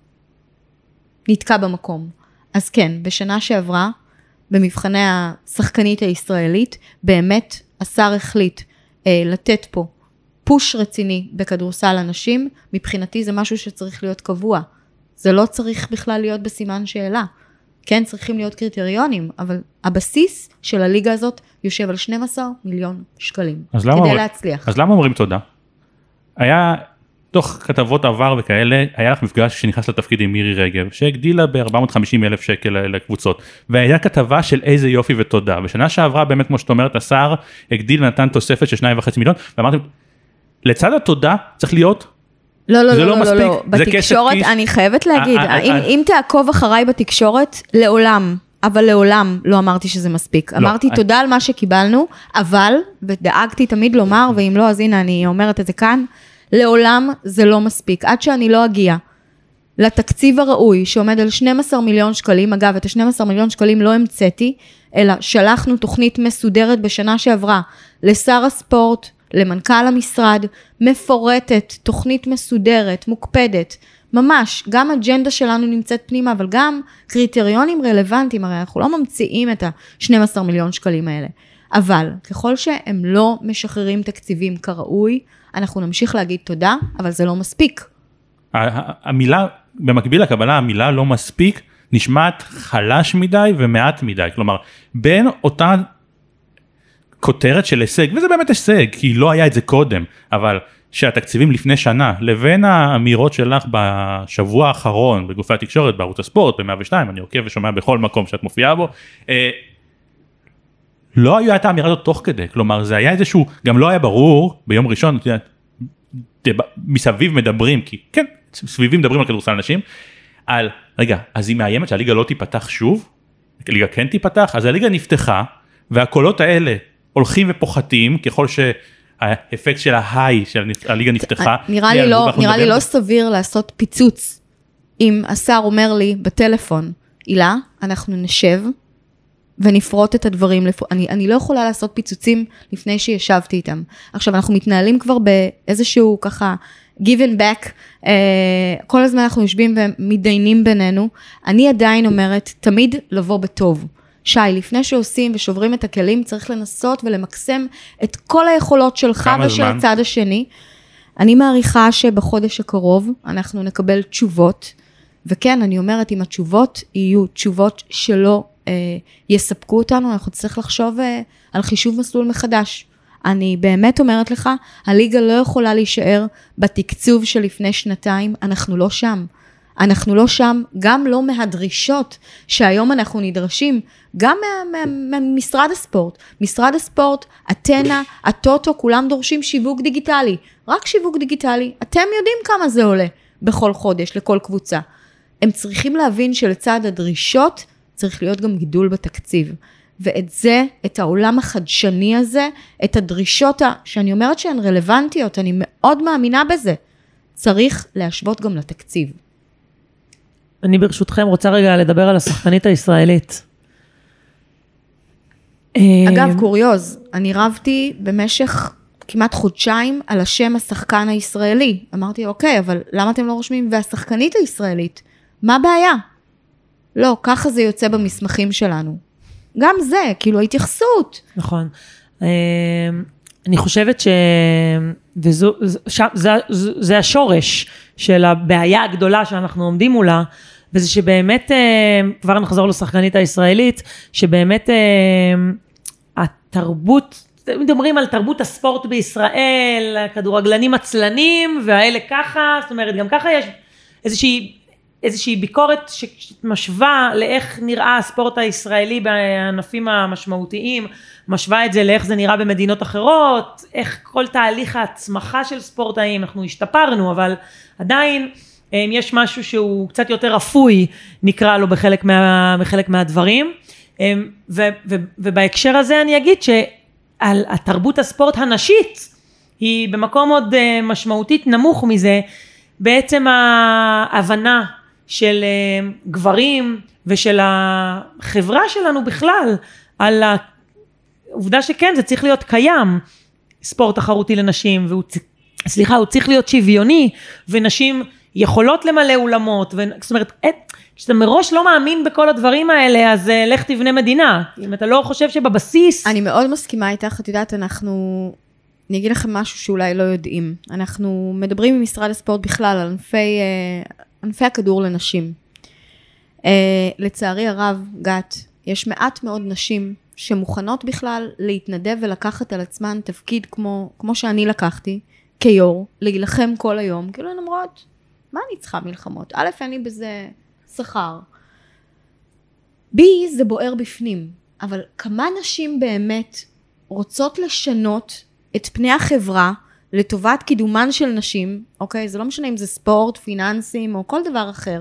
נתקע במקום. אז כן, בשנה שעברה, במבחני השחקנית הישראלית, באמת השר החליט אה, לתת פה פוש רציני בכדורסל אנשים, מבחינתי זה משהו שצריך להיות קבוע. זה לא צריך בכלל להיות בסימן שאלה. כן, צריכים להיות קריטריונים, אבל הבסיס של הליגה הזאת יושב על שנים עשר מיליון שקלים, כדי אומר, להצליח. אז למה אומרים תודה? היה, תוך כתבות עבר וכאלה, היה לך מפגש שנכנס לתפקיד עם מירי רגב, שהגדילה ב-ארבע מאות וחמישים אלף שקל לקבוצות, והיה כתבה של איזה יופי ותודה, ושנה שעברה באמת, כמו שאת אומרת, השר הגדיל ונתן תוספת של שניים וחצי מיליון, ואמרתם, לצד התודה צריך להיות, לא, לא, זה לא, לא מספיק, לא, זה בתקשורת, כסף אני חייבת להגיד, אם תעקוב אחריי בתקשורת, לעולם, אבל לעולם לא אמרתי שזה מספיק. אמרתי תודה על מה שקיבלנו, אבל, ודאגתי תמיד לומר, ואם לא, אז הנה אני אומרת את זה כאן, לעולם זה לא מספיק. עד שאני לא אגיע לתקציב הראוי, שעומד על שנים עשר מיליון שקלים, אגב, את ה-שנים עשר מיליון שקלים לא המצאתי, אלא שלחנו תוכנית מסודרת בשנה שעברה, לשר הספורט, למנכ"ל המשרד, מפורטת, תוכנית מסודרת, מוקפדת, ממש, גם אג'נדה שלנו נמצאת פנימה, אבל גם קריטריונים רלוונטיים, הרי אנחנו לא ממציאים את ה-שנים עשר מיליון שקלים האלה. אבל ככל שהם לא משחררים תקציבים כראוי, אנחנו נמשיך להגיד תודה, אבל זה לא מספיק. המילה, במקביל לקבלה, המילה לא מספיק, נשמעת חלש מדי ומעט מדי. כלומר, בין אותה כותרת של הישג, וזה באמת הישג, כי לא היה את זה קודם, אבל שהתקציבים לפני שנה, לבין האמירות שלך בשבוע האחרון, בגופי התקשורת, בערוץ הספורט, ב-מאה ושתיים, אני עוקב ושומע בכל מקום שאת מופיעה בו, אה, לא היה את האמירה הזאת תוך כדי, כלומר, זה היה איזשהו, גם לא היה ברור, ביום ראשון, מסביב מדברים, כי כן, סביבים מדברים על כדורסל אנשים, על, רגע, אז היא מאיימת שהליגה לא תיפתח שוב, הליגה כן תיפתח, אז הליגה נפתחה, והקולות האלה הולכים ופוחתים, ככל שהאפקט של ההיי של הליגה נפתחה. נראה לי לא, נראה לי לא סביר לעשות פיצוץ, אם השר אומר לי בטלפון, אילה, אנחנו נשב, ונפרוט את הדברים, אני, אני לא יכולה לעשות פיצוצים לפני שישבתי איתם. עכשיו, אנחנו מתנהלים כבר באיזשהו ככה, give and back, uh, כל הזמן אנחנו יושבים ומתדיינים בינינו, אני עדיין אומרת, תמיד לבוא בטוב. שי, לפני שעושים ושוברים את הכלים, צריך לנסות ולמקסם את כל היכולות שלך ושל זמן? הצד השני. אני מעריכה שבחודש הקרוב אנחנו נקבל תשובות, וכן, אני אומרת, אם התשובות יהיו תשובות שלא אה, יספקו אותנו, אנחנו צריך לחשוב אה, על חישוב מסלול מחדש. אני באמת אומרת לך, הליגה לא יכולה להישאר בתקצוב של לפני שנתיים, אנחנו לא שם. אנחנו לא שם, גם לא מהדרישות שהיום אנחנו נדרשים, גם ממשרד מה, מה, הספורט. משרד הספורט, אתנה, הטוטו, כולם דורשים שיווק דיגיטלי. רק שיווק דיגיטלי. אתם יודעים כמה זה עולה בכל חודש, לכל קבוצה. הם צריכים להבין שלצד הדרישות, צריך להיות גם גידול בתקציב. ואת זה, את העולם החדשני הזה, את הדרישות שאני אומרת שהן רלוונטיות, אני מאוד מאמינה בזה. צריך להשוות גם לתקציב. אני ברשותכם רוצה רגע לדבר על השחקנית הישראלית. אגב, קוריוז, אני רבתי במשך כמעט חודשיים על השם השחקן הישראלי. אמרתי, אוקיי, אבל למה אתם לא רושמים והשחקנית הישראלית? מה הבעיה? לא, ככה זה יוצא במסמכים שלנו. גם זה, כאילו ההתייחסות. נכון. אני חושבת ש... וזו, שם, זה, זה השורש של הבעיה הגדולה שאנחנו עומדים מולה, וזה שבאמת, כבר נחזור לשחקנית הישראלית, שבאמת התרבות, מדברים על תרבות הספורט בישראל, הכדורגלנים עצלנים, והאלה ככה, זאת אומרת, גם ככה יש איזושהי, איזושהי ביקורת שמשווה לאיך נראה הספורט הישראלי בענפים המשמעותיים, משווה את זה לאיך זה נראה במדינות אחרות, איך כל תהליך ההצמחה של ספורטאים, אנחנו השתפרנו, אבל עדיין יש משהו שהוא קצת יותר אפוי, נקרא לו בחלק, מה, בחלק מהדברים, ו, ו, ובהקשר הזה אני אגיד שעל התרבות הספורט הנשית, היא במקום עוד משמעותית נמוך מזה, בעצם ההבנה של גברים ושל החברה שלנו בכלל, על העובדה שכן, זה צריך להיות קיים, ספורט תחרותי לנשים, והוא, סליחה, הוא צריך להיות שוויוני, ונשים יכולות למלא אולמות, ו... זאת אומרת, כשאתה מראש לא מאמין בכל הדברים האלה, אז לך תבנה מדינה, אם אתה לא חושב שבבסיס... אני מאוד מסכימה איתך, את יודעת, אנחנו... אני אגיד לכם משהו שאולי לא יודעים. אנחנו מדברים עם משרד הספורט בכלל על ענפי, ענפי הכדור לנשים. לצערי הרב, גת, יש מעט מאוד נשים שמוכנות בכלל להתנדב ולקחת על עצמן תפקיד כמו, כמו שאני לקחתי, כיור, להילחם כל היום. כאילו הן אומרות, מה אני צריכה מלחמות? א', אין לי בזה שכר. בי זה בוער בפנים, אבל כמה נשים באמת רוצות לשנות את פני החברה לטובת קידומן של נשים, אוקיי? זה לא משנה אם זה ספורט, פיננסים או כל דבר אחר.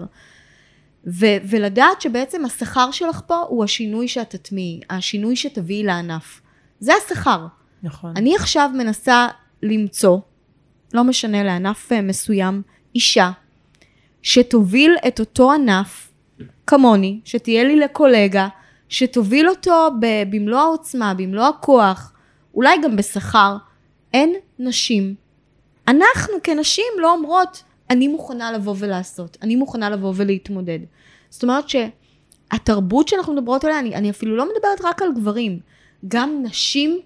ו- ולדעת שבעצם השכר שלך פה הוא השינוי שאת תטמיעי, השינוי שתביאי לענף. זה השכר. נכון. אני עכשיו מנסה למצוא, לא משנה לענף מסוים, אישה, שתוביל את אותו ענף, כמוני, שתהיה לי לקולגה, שתוביל אותו במלוא העוצמה, במלוא הכוח, אולי גם בשכר. אין נשים. אנחנו כנשים לא אומרות, אני מוכנה לבוא ולעשות, אני מוכנה לבוא ולהתמודד. זאת אומרת שהתרבות שאנחנו מדברות עליה, אני, אני אפילו לא מדברת רק על גברים, גם נשים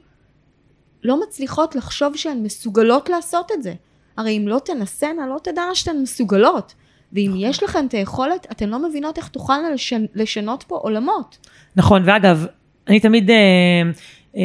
לא מצליחות לחשוב שהן מסוגלות לעשות את זה. הרי אם לא תנסנה, לא תדענה שאתן מסוגלות. ואם יש לכן את היכולת, אתן לא מבינות איך תוכלנה לשנ... לשנות פה עולמות. נכון, ואגב, אני תמיד, אה, אה,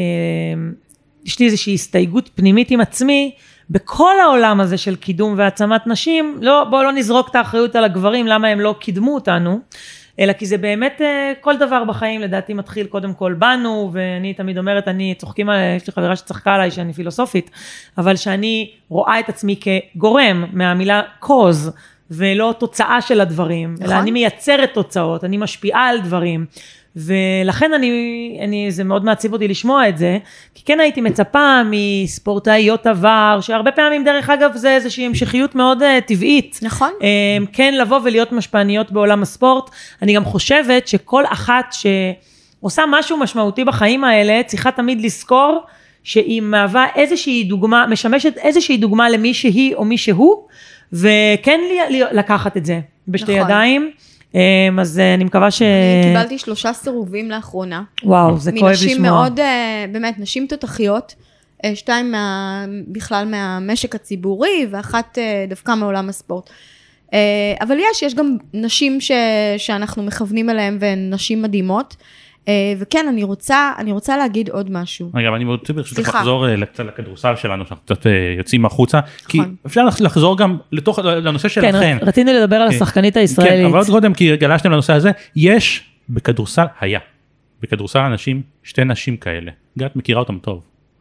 יש לי איזושהי הסתייגות פנימית עם עצמי, בכל העולם הזה של קידום והעצמת נשים, לא, בואו לא נזרוק את האחריות על הגברים, למה הם לא קידמו אותנו, אלא כי זה באמת כל דבר בחיים, לדעתי מתחיל קודם כל בנו, ואני תמיד אומרת, אני צוחקים, יש לי חברה שצחקה עליי שאני פילוסופית, אבל שאני רואה את עצמי כגורם מהמילה cause, ולא תוצאה של הדברים, נכון? אלא אני מייצרת תוצאות, אני משפיעה על דברים, ולכן אני, אני, זה מאוד מעציב אותי לשמוע את זה, כי כן הייתי מצפה מספורטאיות עבר, שהרבה פעמים דרך אגב זה איזושהי המשכיות מאוד uh, טבעית. נכון. Um, כן לבוא ולהיות משפעניות בעולם הספורט, אני גם חושבת שכל אחת שעושה משהו משמעותי בחיים האלה, צריכה תמיד לזכור, שהיא מהווה איזושהי דוגמה, משמשת איזושהי דוגמה למי שהיא או מי שהוא, וכן לי, לקחת את זה בשתי נכון. ידיים, אז אני מקווה ש... אני קיבלתי שלושה סירובים לאחרונה. וואו, זה כואב לשמוע. מנשים מאוד, באמת, נשים תותחיות, שתיים מה, בכלל מהמשק הציבורי, ואחת דווקא מעולם הספורט. אבל יש, יש גם נשים ש, שאנחנו מכוונים אליהן, והן נשים מדהימות, וכן, אני רוצה, אני רוצה להגיד עוד משהו. רגע, אבל אני רוצה ברשותך לחזור קצת לכדורסל שלנו, שאנחנו קצת יוצאים החוצה, כי אפשר לחזור גם לתוך, לנושא שלכם. כן, רצינו לדבר על השחקנית הישראלית. כן, אבל עוד קודם, כי גלשתם לנושא הזה, יש בכדורסל, היה, בכדורסל אנשים, שתי נשים כאלה, גת מכירה אותם טוב.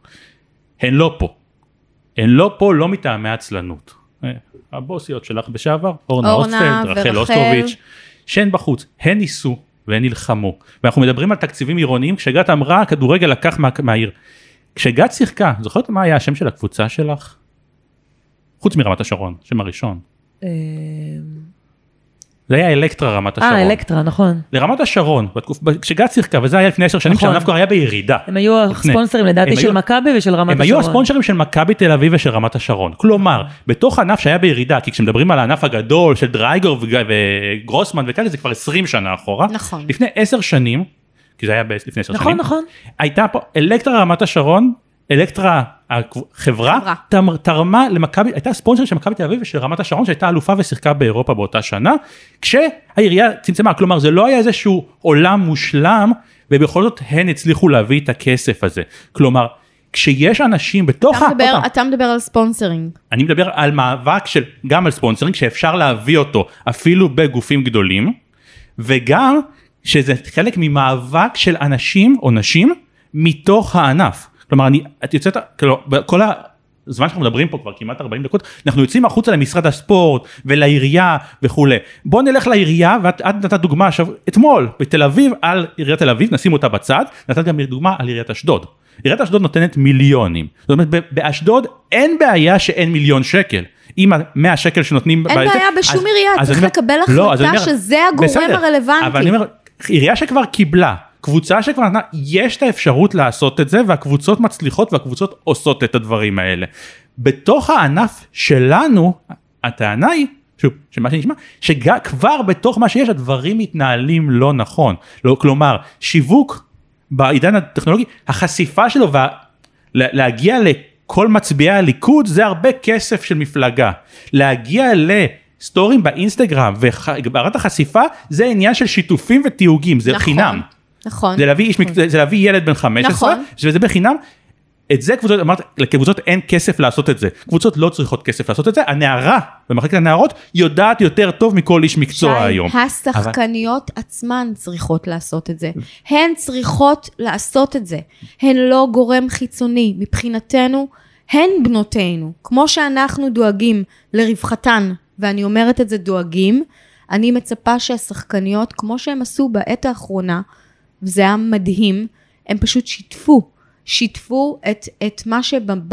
הן לא פה. הן לא פה, לא מטעמי עצלנות. הבוסיות שלך בשעבר, אורנה אוסטפלד, רחל אוסטרוביץ', שהן בחוץ, הן ניסו, והם נלחמו. ואנחנו מדברים על תקציבים עירוניים, כשגת אמרה, הכדורגל לקח מה, מהעיר. כשגת שיחקה, זוכרת מה היה השם של הקבוצה שלך? חוץ מרמת השרון, שם הראשון. זה היה אלקטרה רמת השרון. אה, אלקטרה, נכון. לרמת השרון, כשגת שיחקה, וזה היה לפני עשר שנים, שהענף כבר היה בירידה. הם היו הספונסרים לדעתי של מכבי ושל רמת השרון. הם היו הספונסרים של מכבי תל אביב ושל רמת השרון. כלומר, בתוך הענף שהיה בירידה, כי כשמדברים על הענף הגדול של דרייגר וגרוסמן וכאלה, זה כבר עשרים שנה אחורה. נכון. לפני עשר שנים, כי זה היה לפני עשר שנים. נכון, נכון. הייתה פה אלקטרה רמת השרון, אלקטרה, החברה, תרמה למכבי, הייתה ספונסר של מכבי תל אביב ושל רמת השרון, שהייתה אלופה ושיחקה באירופה באותה שנה, כשהעירייה צמצמה, כלומר זה לא היה איזשהו עולם מושלם, ובכל זאת הן הצליחו להביא את הכסף הזה. כלומר, כשיש אנשים בתוך... אתה מדבר, אתה מדבר על ספונסרינג. אני מדבר על מאבק של, גם על ספונסרינג, שאפשר להביא אותו אפילו בגופים גדולים, וגם שזה חלק ממאבק של אנשים או נשים מתוך הענף. כלומר, אני, את יוצאת, כאילו, כל הזמן שאנחנו מדברים פה כבר כמעט ארבעים דקות, אנחנו יוצאים החוצה למשרד הספורט ולעירייה וכו'. בואו נלך לעירייה, ואת נתת דוגמה עכשיו, אתמול בתל אביב, על עיריית תל אביב, נשים אותה בצד, נתת גם דוגמה על עיריית אשדוד. עיריית אשדוד נותנת מיליונים. זאת אומרת, באשדוד אין בעיה שאין מיליון שקל. עם מאה שקל שנותנים... אין בעיה בשום עירייה, צריך לקבל החלטה שזה הגורם הרלוונטי. אבל אני אומר, עירייה שכבר קיבלה, קבוצה שכבר נתנה, יש את האפשרות לעשות את זה, והקבוצות מצליחות והקבוצות עושות את הדברים האלה. בתוך הענף שלנו, הטענה היא, שוב, שמה שנשמע, שכבר בתוך מה שיש, הדברים מתנהלים לא נכון. לא, כלומר, שיווק בעידן הטכנולוגי, החשיפה שלו, להגיע לכל מצביעי הליכוד, זה הרבה כסף של מפלגה. להגיע לסטורים באינסטגרם, והגברת החשיפה, זה עניין של שיתופים ותיוגים, זה נכון. חינם. נכון. זה להביא, איש, זה להביא ילד בן חמש עשרה, נכון. וזה בחינם, את זה קבוצות, אמרת, לקבוצות אין כסף לעשות את זה, קבוצות לא צריכות כסף לעשות את זה, הנערה, במחלקת הנערות, יודעת יותר טוב מכל איש מקצוע שי, היום. השחקניות אבל... עצמן צריכות לעשות את זה, הן צריכות לעשות את זה, הן לא גורם חיצוני, מבחינתנו, הן בנותינו, כמו שאנחנו דואגים לרווחתן, ואני אומרת את זה דואגים, אני מצפה שהשחקניות, כמו שהם עשו בעת האחרונה, וזה היה מדהים, הם פשוט שיתפו, שיתפו את, את מה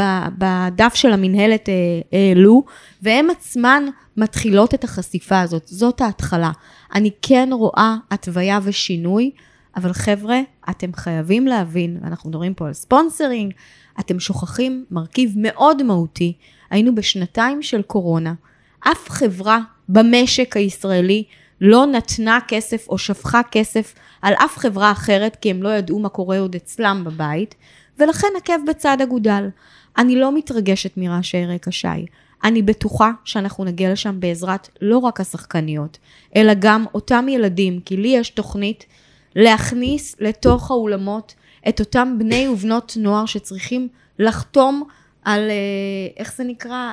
שבדף של המנהלת העלו, והם עצמן מתחילות את החשיפה הזאת, זאת ההתחלה. אני כן רואה התוויה ושינוי, אבל חבר'ה, אתם חייבים להבין, ואנחנו מדברים פה על ספונסרינג, אתם שוכחים מרכיב מאוד מהותי, היינו בשנתיים של קורונה, אף חברה במשק הישראלי לא נתנה כסף או שפכה כסף על אף חברה אחרת, כי הם לא ידעו מה קורה עוד אצלם בבית, ולכן עקב בצד אגודל. אני לא מתרגשת מרעשי רקע שי. אני בטוחה שאנחנו נגיע לשם בעזרת לא רק השחקניות, אלא גם אותם ילדים, כי לי יש תוכנית להכניס לתוך האולמות את אותם בני ובנות נוער שצריכים לחתום על, איך זה נקרא,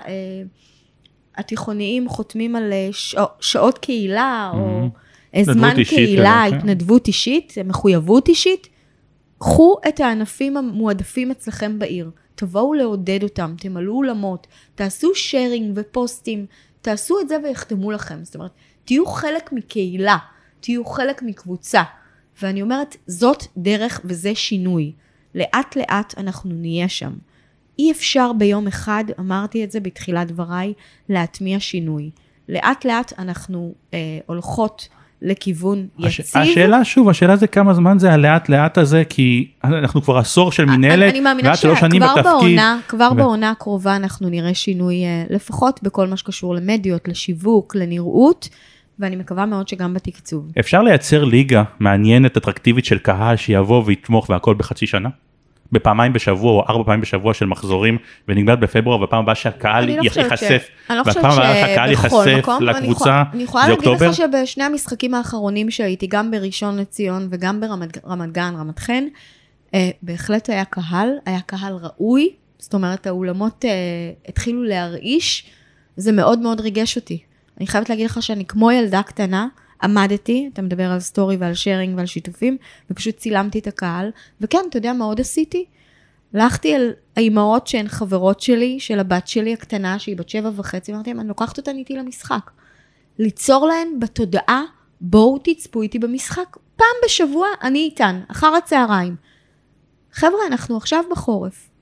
התיכוניים חותמים על שעות קהילה, או זמן קהילה, התנדבות אישית, מחויבות אישית. קחו את הענפים המועדפים אצלכם בעיר, תבואו לעודד אותם, תמלאו אולמות, תעשו שיירינג ופוסטים, תעשו את זה ויחתמו לכם. זאת אומרת, תהיו חלק מקהילה, תהיו חלק מקבוצה. ואני אומרת, זאת דרך וזה שינוי. לאט לאט אנחנו נהיה שם. אי אפשר ביום אחד, אמרתי את זה בתחילת דבריי, להטמיע שינוי. לאט לאט אנחנו אה, הולכות לכיוון יציב. השאלה שוב, השאלה זה כמה זמן זה הלאט לאט הזה, כי אנחנו כבר עשור של מנהלת, אני מאמינה שכבר בעונה, כבר בעונה הקרובה אנחנו נראה שינוי, לפחות בכל מה שקשור למדיות, לשיווק, לנראות, ואני מקווה מאוד שגם בתקצוב. אפשר לייצר ליגה מעניינת, אטרקטיבית של קהל, שיבוא ויתמוך והכל בחצי שנה? בפעמיים בשבוע או ארבע פעמים בשבוע של מחזורים, ונגמרת בפברואר, ופעם הבאה שהקהל ייחשף, והפעם הבאה שהקהל ייחשף לקבוצה, אני יכולה להגיד לך שבשני המשחקים האחרונים שהייתי, גם בראשון לציון וגם ברמת גן, רמת חן, בהחלט היה קהל, היה קהל ראוי, זאת אומרת, האולמות התחילו להרעיש, זה מאוד מאוד ריגש אותי. אני חייבת להגיד לך שאני כמו ילדה קטנה, עמדתי, אתה מדבר על סטורי ועל שיירינג ועל שיתופים, ופשוט צילמתי את הקהל, וכן, אתה יודע מה עוד עשיתי? הלכתי על האימהות שהן חברות שלי, של הבת שלי הקטנה, שהיא בת שבע וחצי, אמרתי, אני לוקחת אותן איתי למשחק. ליצור להן בתודעה, בואו תצפו איתי במשחק, פעם בשבוע אני איתן, אחר הצהריים. חבר'ה, אנחנו עכשיו בחורף,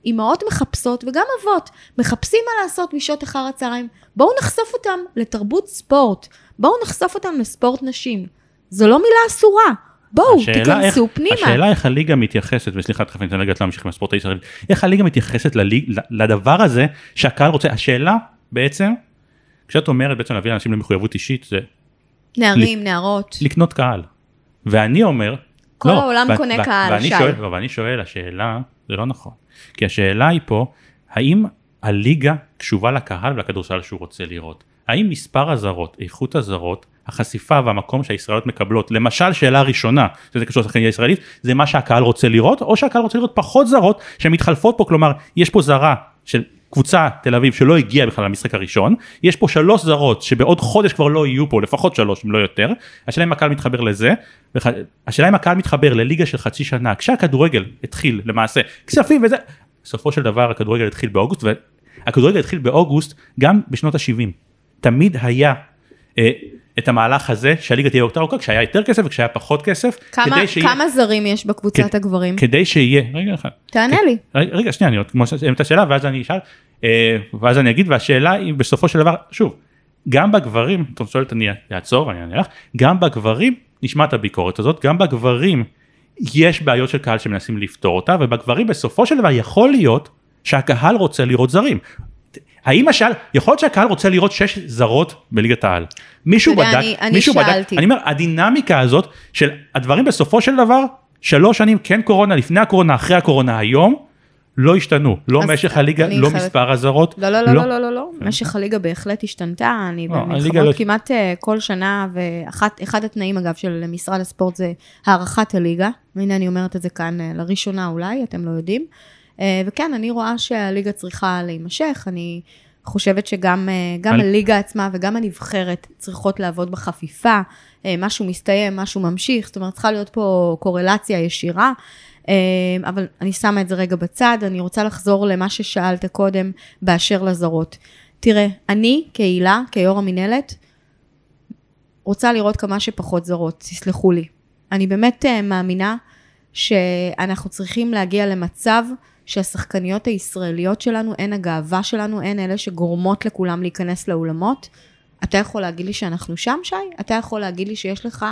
אמהות מחפשות, וגם אבות, מחפשים מה לעשות משעות אחר הצהריים. בואו נחשוף אותם לתרבות ספורט, בואו נחשוף אותם לספורט נשים. זו לא מילה אסורה. בואו, תיכנסו איך, פנימה. השאלה איך הליגה מתייחסת, וסליחה, תכף אני אתן להמשיך עם הספורט הישראלי, איך הליגה מתייחסת לליג, לדבר הזה שהקהל רוצה, השאלה בעצם, כשאת אומרת בעצם להביא לאנשים למחויבות אישית, זה... נערים, נערות. לקנות קהל. ואני אומר... כל לא, העולם ו- קונה ו- קהל, ואני שי. שואל, ואני שואל, השאלה, זה לא נכון. כי השאלה היא פה, האם הליגה קשובה לקהל ולכדורסל שהוא רוצה לראות? האם מספר הזרות, איכות הזרות, החשיפה והמקום שהישראליות מקבלות, למשל שאלה ראשונה, שזה קשור לשחקניה ישראלית, זה מה שהקהל רוצה לראות, או שהקהל רוצה לראות פחות זרות שמתחלפות פה, כלומר, יש פה זרה של קבוצה תל אביב שלא הגיעה בכלל למשחק הראשון, יש פה שלוש זרות שבעוד חודש כבר לא יהיו פה, לפחות שלוש אם לא יותר, השאלה אם הקהל מתחבר לזה, השאלה אם הקהל מתחבר לליגה של חצי שנה, כשהכדורגל התחיל למעשה, כספים וזה, בסופו של דבר הכדורגל התחיל באוגוסט, והכדורגל התחיל באוגוסט גם בשנות ה-שבעים, תמיד היה אה, את המהלך הזה שהליגה תהיה יותר ארוכה, כשהיה יותר כסף וכשהיה פחות כסף. כמה, שיהיה, כמה זרים יש בקבוצת כ, הגברים? כדי שיהיה, רגע אחד. תענה כ, לי. רגע, רגע שנייה, אני עוד כמו שאתה השאלה, ואז אני אשאל, אה, ואז אני אגיד, והשאלה היא בסופו של דבר, שוב, גם בגברים, אתה שואלת אני אעצור ואני אענה לך, גם בגברים נשמע את הביקורת הזאת, גם בגברים יש בעיות של קהל שמנסים לפתור אותה, ובגברים בסופו של דבר יכול להיות שהקהל רוצה לראות זרים. האם השאל, יכול להיות שהקהל רוצה לראות שש זרות בליגת העל. מישהו בדק, אני, אני מישהו שאלתי. בדק, אני אומר, הדינמיקה הזאת של הדברים בסופו של דבר, שלוש שנים כן קורונה, לפני הקורונה, אחרי הקורונה היום, לא השתנו. לא משך הליגה, לא חייבת... מספר הזרות. לא, לא, לא, לא, לא, לא, לא. משך הליגה בהחלט השתנתה, אני במלחמות לא... כמעט כל שנה, ואחד התנאים אגב של משרד הספורט זה הערכת הליגה, והנה אני אומרת את זה כאן לראשונה אולי, אתם לא יודעים. וכן, אני רואה שהליגה צריכה להימשך, אני חושבת שגם גם אני... הליגה עצמה וגם הנבחרת צריכות לעבוד בחפיפה, משהו מסתיים, משהו ממשיך, זאת אומרת, צריכה להיות פה קורלציה ישירה, אבל אני שמה את זה רגע בצד, אני רוצה לחזור למה ששאלת קודם באשר לזרות. תראה, אני כעילה, כיו"ר המנהלת, רוצה לראות כמה שפחות זרות, תסלחו לי. אני באמת מאמינה שאנחנו צריכים להגיע למצב שהשחקניות הישראליות שלנו, הן הגאווה שלנו, הן אלה שגורמות לכולם להיכנס לאולמות. אתה יכול להגיד לי שאנחנו שם, שי? אתה יכול להגיד לי שיש לך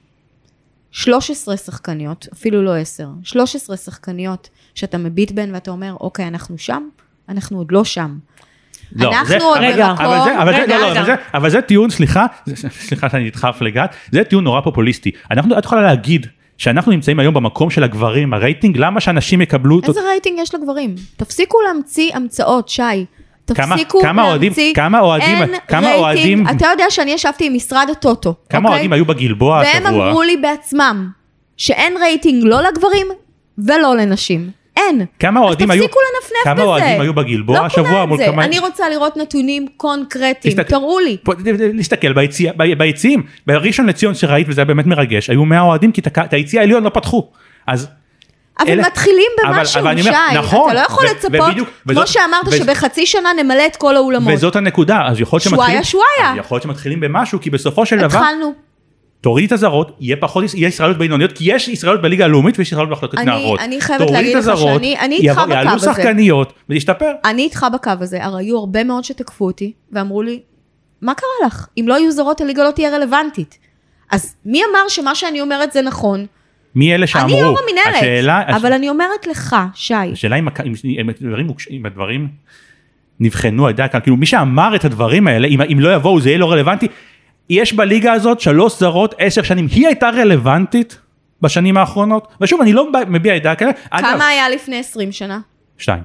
שלוש עשרה שחקניות, אפילו לא עשר, שלוש עשרה שחקניות שאתה מביט בהן ואתה אומר, אוקיי, אנחנו שם? אנחנו עוד לא שם. לא, אנחנו זה, עוד רגע, במקום... אבל זה, אבל רגע, זה, לא, רגע. לא, אבל זה, אבל זה טיעון, סליחה, סליחה שאני נדחף לגעת, זה טיעון נורא פופוליסטי. אנחנו, את יכולה להגיד, שאנחנו נמצאים היום במקום של הגברים, הרייטינג, למה שאנשים יקבלו... איזה רייטינג יש לגברים? תפסיקו להמציא המצאות, שי. תפסיקו כמה אוהדים, כמה אוהדים, כמה אוהדים... אתה יודע שאני ישבתי עם משרד הטוטו. כמה אוהדים היו בגלבוע השבוע? והם אמרו לי בעצמם, שאין רייטינג לא לגברים ולא לנשים. אין. כמה אוהדים היו... תפסיקו לנפנף בזה. כמה אוהדים היו בגלבוע השבוע מול כמה... אני רוצה לראות נתונים קונקרטיים, תראו לי. להסתכל ביציעים, בראשון לציון שראית, וזה היה באמת מרגש, היו מאה אוהדים, כי את היציע העליון לא פתחו. אז... אבל מתחילים במשהו, שי. נכון. אתה לא יכול לצפות, כמו שאמרת שבחצי שנה נמלא את כל האולמות. וזאת הנקודה, אז יכול להיות שוואיה. יכול להיות שמתחילים במשהו, כי בסופו של דבר... התחלנו. תוריד את הזרות, יהיה פחות, יהיה ישראליות בינוניות, כי יש ישראליות בליגה הלאומית ויש ישראליות בהחלטות נערות. אני חייבת להגיד לך שאני אני איתך בקו הזה. יעלו שחקניות ותשתפר. אני איתך בקו הזה, הרי היו הרבה מאוד שתקפו אותי, ואמרו לי, מה קרה לך? אם לא יהיו זרות, הליגה לא תהיה רלוונטית. אז מי אמר שמה שאני אומרת זה נכון? מי אלה שאמרו? אני יו"ר המנהלת, השאלה, אבל הש... אני אומרת לך, שי. השאלה אם, אם, אם, הדברים, אם הדברים נבחנו, יודע, כאילו מי שאמר את הדברים האלה, אם, אם לא יבואו זה יהיה לא רלוונטי, יש בליגה הזאת שלוש זרות, עשר שנים, היא הייתה רלוונטית בשנים האחרונות, ושוב, אני לא מביע ידעה כאלה. כמה אגב, היה לפני עשרים שנה? שתיים.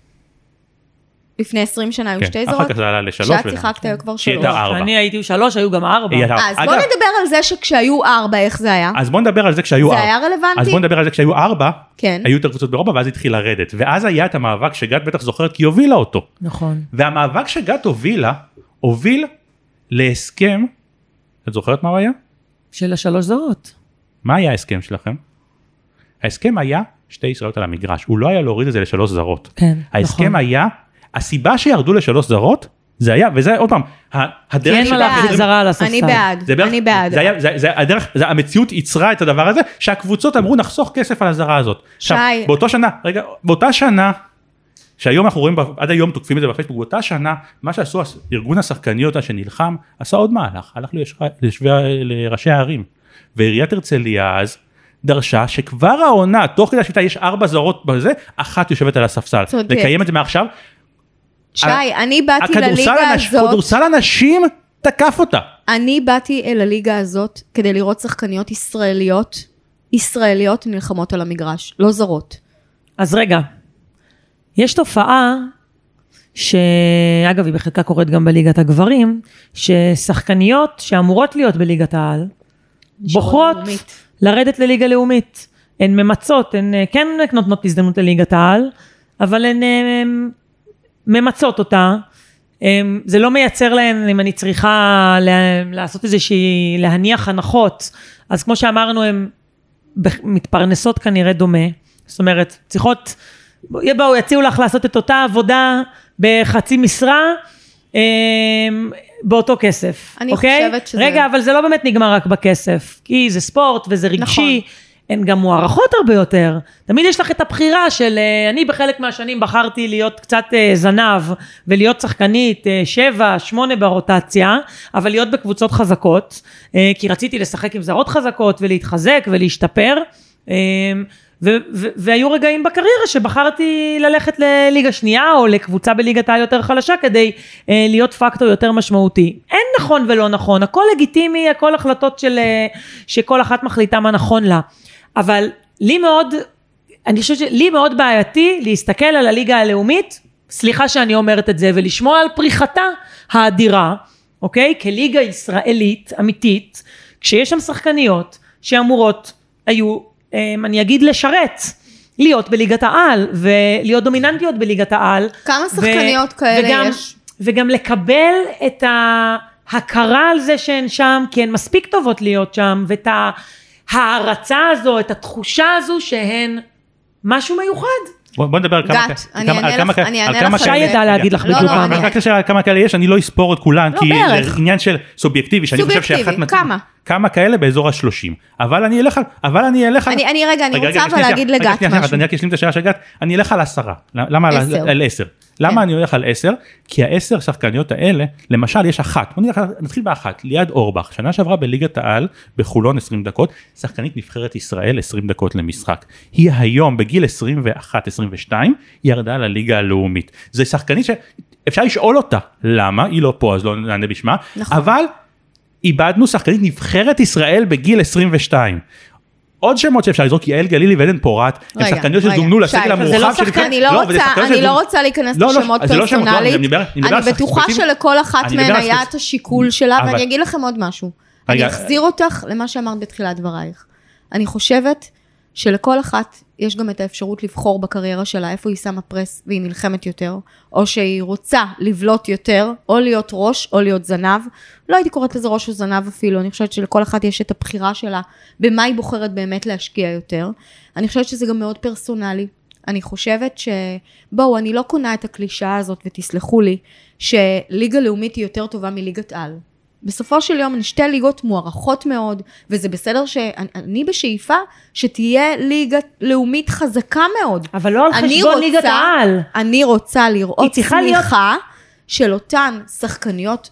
לפני עשרים שנה היו כן. שתי זרות? אחר כך זה עלה לשלוש. שאת שיחקת היו כבר שלוש. אני הייתי שלוש, היו גם ארבע. אז בוא נדבר על זה שכשהיו ארבע, איך זה היה? אז בוא נדבר על זה כשהיו ארבע. זה היה רלוונטי? אז בוא נדבר על זה כשהיו ארבע, כן. היו יותר קבוצות באירופה, ואז התחיל לרדת. ואז היה את המאבק שגת בטח זוכרת, כי הובילה אותו. נכון. והמאבק שגת הובילה, הוביל להסכם, את זוכרת מה הוא היה? של השלוש זרות. מה היה ההסכם שלכם? ההסכם היה שתי ישראליות על המגרש, הוא לא היה להוריד את זה לשלוש זרות. כן, ההסכם נכון. היה, הסיבה שירדו לשלוש זרות, זה היה, וזה עוד פעם, הדרך כן, מלאכת זרה על הספסל. אני בעד, זה בערך, אני בעד. זה היה, זה, זה, הדרך, זה, המציאות ייצרה את הדבר הזה, שהקבוצות אמרו נחסוך כסף על הזרה הזאת. שי. עכשיו, באותה שנה, רגע, באותה שנה, שהיום אנחנו רואים, עד היום תוקפים את זה בפייסבוק, באותה שנה, מה שעשו ארגון השחקניות שנלחם, עשה עוד מהלך, הלך לראשי הערים, ועיריית הרצליה אז, דרשה שכבר העונה, תוך כדי השביתה יש ארבע זרות בזה, אחת יושבת על הספסל, לקיים את זה מעכשיו. שי, אני באתי לליגה הזאת, הכדורסל הנשים תקף אותה. אני באתי אל הליגה הזאת, כדי לראות שחקניות ישראליות, ישראליות נלחמות על המגרש, לא זרות. אז רגע, יש תופעה, שאגב היא בחלקה קורית גם בליגת הגברים, ששחקניות שאמורות להיות בליגת העל, בוחרות לרדת לליגה לאומית. הן ממצות, הן כן נותנות הזדמנות לליגת העל, אבל הן ממצות אותה. זה לא מייצר להן, אם אני צריכה לעשות איזושהי, להניח הנחות, אז כמו שאמרנו, הן מתפרנסות כנראה דומה, זאת אומרת, צריכות, בואו יציעו לך לעשות את אותה עבודה בחצי משרה, באותו כסף. אני אוקיי? חושבת שזה... רגע, אבל זה לא באמת נגמר רק בכסף, כי זה ספורט וזה רגשי, נכון. הן גם מוערכות הרבה יותר. תמיד יש לך את הבחירה של, אני בחלק מהשנים בחרתי להיות קצת זנב, ולהיות שחקנית שבע, שמונה ברוטציה, אבל להיות בקבוצות חזקות, כי רציתי לשחק עם זרות חזקות, ולהתחזק ולהשתפר, ו- ו- והיו רגעים בקריירה שבחרתי ללכת לליגה שנייה, או לקבוצה בליגת העל יותר חלשה, כדי uh, להיות פקטור יותר משמעותי. אין נכון ולא נכון, הכל לגיטימי, הכל החלטות של, uh, שכל אחת מחליטה מה נכון לה. אבל לי מאוד, אני חושבת שלי מאוד בעייתי להסתכל על הליגה הלאומית, סליחה שאני אומרת את זה, ולשמוע על פריחתה האדירה, אוקיי? כליגה ישראלית אמיתית, כשיש שם שחקניות שאמורות היו, אני אגיד לשרת, להיות בליגת העל, ולהיות דומיננטיות בליגת העל. כמה שחקניות ו- כאלה וגם, יש? וגם לקבל את ההכרה על זה שהן שם, כי הן מספיק טובות להיות שם, ואת ההערצה הזו, את התחושה הזו שהן משהו מיוחד. בוא, בוא נדבר על כמה... גת, אני אענה לך. שי ידע להגיד לך בדיוק כמה. רק לשאלה על כמה כאלה יש, אני לא אספור את כולן, כי זה עניין של סובייקטיבי, שאני חושב שאחת... כמה? כמה כאלה באזור ה-שלושים. אבל אני אלך על... אבל אני אלך על... אני רגע, אני רוצה אבל להגיד לגת משהו. אני רק אשלים את השאלה של גת, אני אלך על עשרה. למה על עשר? למה אני הולך על עשר? כי העשר שחקניות האלה, למשל יש אחת, נתחיל באחת, ליד אורבך, שנה שעברה בליגת העל, בחולון עשרים דקות, שחקנית נבחרת ישראל עשרים דקות למשחק. היא היום בגיל עשרים ואחת עשרים ושתיים, היא ירדה לליגה הלאומית. זה שחקנית שאפשר לשאול אותה, למה? היא לא פה, אז לא נענה בשמה, אבל איבדנו שחקנית נבחרת ישראל בגיל עשרים ושתיים. עוד שמות שאפשר לזרוק, יעל גלילי ועדן פורט, הם שחקניות שזומנו לסגל המורחב של... אני לא רוצה להיכנס לשמות פרסונלית, אני בטוחה שלכל אחת מהן היה את השיקול שלה, ואני אגיד לכם עוד משהו. אני אחזיר אותך למה שאמרת בתחילת דברייך. אני חושבת שלכל אחת יש גם את האפשרות לבחור בקריירה שלה, איפה היא שמה פרס והיא נלחמת יותר, או שהיא רוצה לבלוט יותר, או להיות ראש, או להיות זנב. לא הייתי קוראת לזה ראש או זנב אפילו, אני חושבת שלכל אחת יש את הבחירה שלה, במה היא בוחרת באמת להשקיע יותר. אני חושבת שזה גם מאוד פרסונלי. אני חושבת ש... בואו, אני לא קונה את הקלישה הזאת, ותסלחו לי, שליגה לאומית היא יותר טובה מליגת על. בסופו של יום, אני שתי ליגות מוערכות מאוד, וזה בסדר שאני בשאיפה שתהיה ליגה לאומית חזקה מאוד. אבל לא על חשבון ליגת העל. אני רוצה לראות צמיחה של אותן שחקניות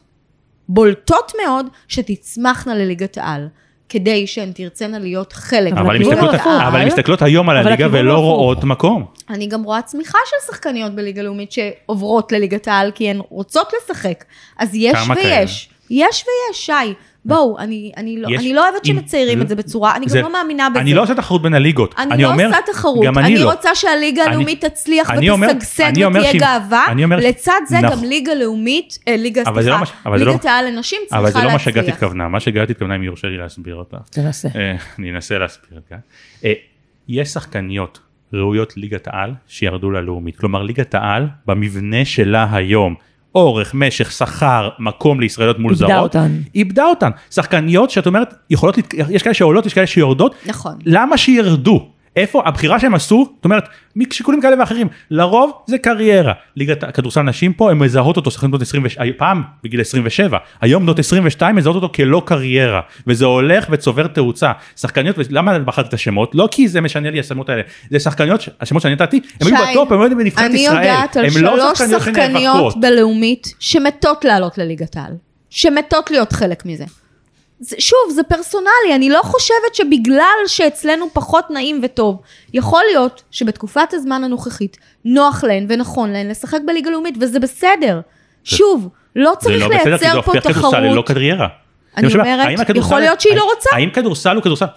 בולטות מאוד, שתצמחנה לליגת העל, כדי שהן תרצנה להיות חלק. אבל הן מסתכלות היום על הליגה ולא רואות מקום. אני גם רואה צמיחה של שחקניות בליגה לאומית שעוברות לליגת העל, כי הן רוצות לשחק. אז יש ויש. יש ויש, שי. בואו, אני, אני, לא, אני לא אוהבת שמציירים את זה בצורה, אני זה, גם לא מאמינה בזה. אני לא עושה תחרות בין הליגות. אני, אני לא אומר, עושה תחרות. אני, אני לא. רוצה שהליגה הלאומית אני, תצליח ותשגשג ותהיה גאווה. אומר, לצד זה נכ... גם ליגה לאומית, אה, ליגה סליחה, ליגת העל לנשים צריכה להצליח. אבל זה לא מה שגת התכוונה. מה שגת התכוונה, אם יורשה לי להסביר אותה. תנסה. אני אנסה להסביר את זה. יש שחקניות ראויות ליגת העל שירדו ללאומית. כלומר, ליגת העל במבנה שלה היום, אורך, משך, שכר, מקום לישראליות מול זרות. איבדה אותן. איבדה אותן. שחקניות שאת אומרת, יכולות, יש כאלה שעולות, יש כאלה שיורדות. נכון. למה שירדו? איפה הבחירה שהם עשו, זאת אומרת, משיקולים כאלה ואחרים, לרוב זה קריירה. ליגת הכדורסל נשים פה, הם מזהות אותו, שחקנים בנות עשרים, פעם בגיל עשרים ושבע, היום בנות עשרים ושתיים מזהות אותו כלא קריירה, וזה הולך וצובר תאוצה. שחקניות, למה בחרתי את השמות? לא כי זה משנה לי השמות האלה, זה שחקניות, השמות שאני נתתי, הם היו בטופ, הם היו בנבחרת ישראל. אני יודעת על שלוש שחקניות בלאומית, שמתות לעלות לליגת העל, שמתות להיות חלק מזה. שוב, זה פרסונלי, אני לא חושבת שבגלל שאצלנו פחות נעים וטוב, יכול להיות שבתקופת הזמן הנוכחית, נוח להן ונכון להן לשחק בליגה לאומית, וזה בסדר. שוב, לא צריך לייצר פה תחרות. זה לא קריירה. אני אומרת, יכול להיות שהיא לא רוצה. האם כדורסל הוא כדורסל?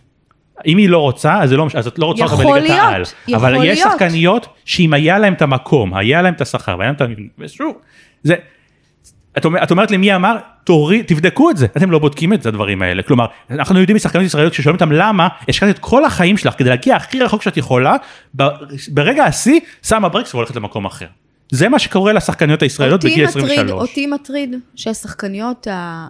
אם היא לא רוצה, אז את לא רוצה אותה בליגת העל. אבל יש שחקניות שאם היה להם את המקום, היה להם את השכר, והיה להם את ושוב, זה... את אומרת, את אומרת לי מי אמר, תורי, תבדקו את זה, אתם לא בודקים את הדברים האלה, כלומר, אנחנו יודעים משחקנות ישראליות כששואלים אותם למה, השקעת את כל החיים שלך כדי להגיע הכי רחוק שאת יכולה, ברגע השיא, שמה ברקס והולכת למקום אחר. זה מה שקורה לשחקניות הישראליות בגיל עשרים ושלוש. אותי מטריד שהשחקניות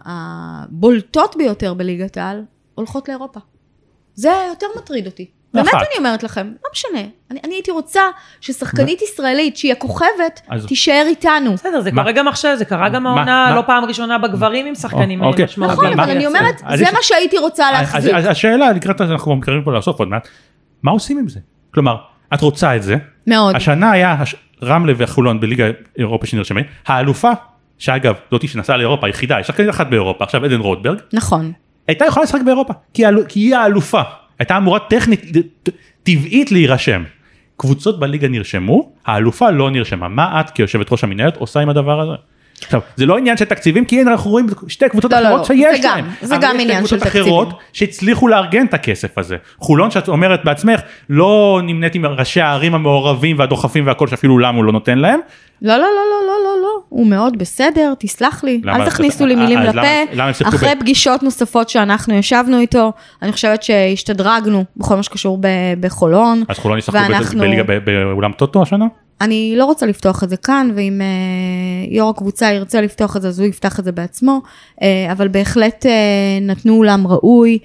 הבולטות ביותר בליגת העל, הולכות לאירופה. זה יותר מטריד אותי. באמת אני אומרת לכם, לא משנה, אני, אני הייתי רוצה ששחקנית ישראלית שהיא הכוכבת תישאר איתנו. בסדר, זה קורה גם עכשיו, זה קרה גם העונה לא פעם ראשונה בגברים עם שחקנים משמעותיים. נכון, אבל אני אומרת, זה מה שהייתי רוצה להחזיק. אז השאלה, לקראת אנחנו מקרבים פה לאסוף עוד מעט, מה עושים עם זה? כלומר, את רוצה את זה? מאוד. השנה היה רמלה וחולון בליגה אירופה שנרשמי, האלופה, שאגב, זאתי שנסעה לאירופה, היחידה, יש שחקנית אחת באירופה, עכשיו עדן רוטברג. נכון. הייתה יכולה לשחק באירופה, כי היא האלופה. הייתה אמורה טכנית, טבעית להירשם. קבוצות בליגה נרשמו, האלופה לא נרשמה. מה את כיושבת ראש המנהלת עושה עם הדבר הזה? עכשיו, זה לא עניין של תקציבים, כי אנחנו רואים שתי קבוצות אחרות שיש להם. זה גם עניין של תקציבים. אחרות שהצליחו לארגן את הכסף הזה. חולון שאת אומרת בעצמך, לא נמנית עם ראשי הערים המעורבים והדוחפים והכל שאפילו למה הוא לא נותן להם. לא, לא, לא, לא, לא, לא, לא. הוא מאוד בסדר, תסלח לי. אל תכניסו לי מילים לפה. אחרי פגישות נוספות שאנחנו ישבנו איתו, אני חושבת שהשתדרגנו בכל מה שקשור בחולון. אז חולון ישחקו בליגה באולם טוטו השנה? אני לא רוצה לפתוח את זה כאן, ואם יו"ר הקבוצה ירצה לפתוח את זה, אז הוא יפתח את זה בעצמו, אבל בהחלט נתנו אולם ראוי,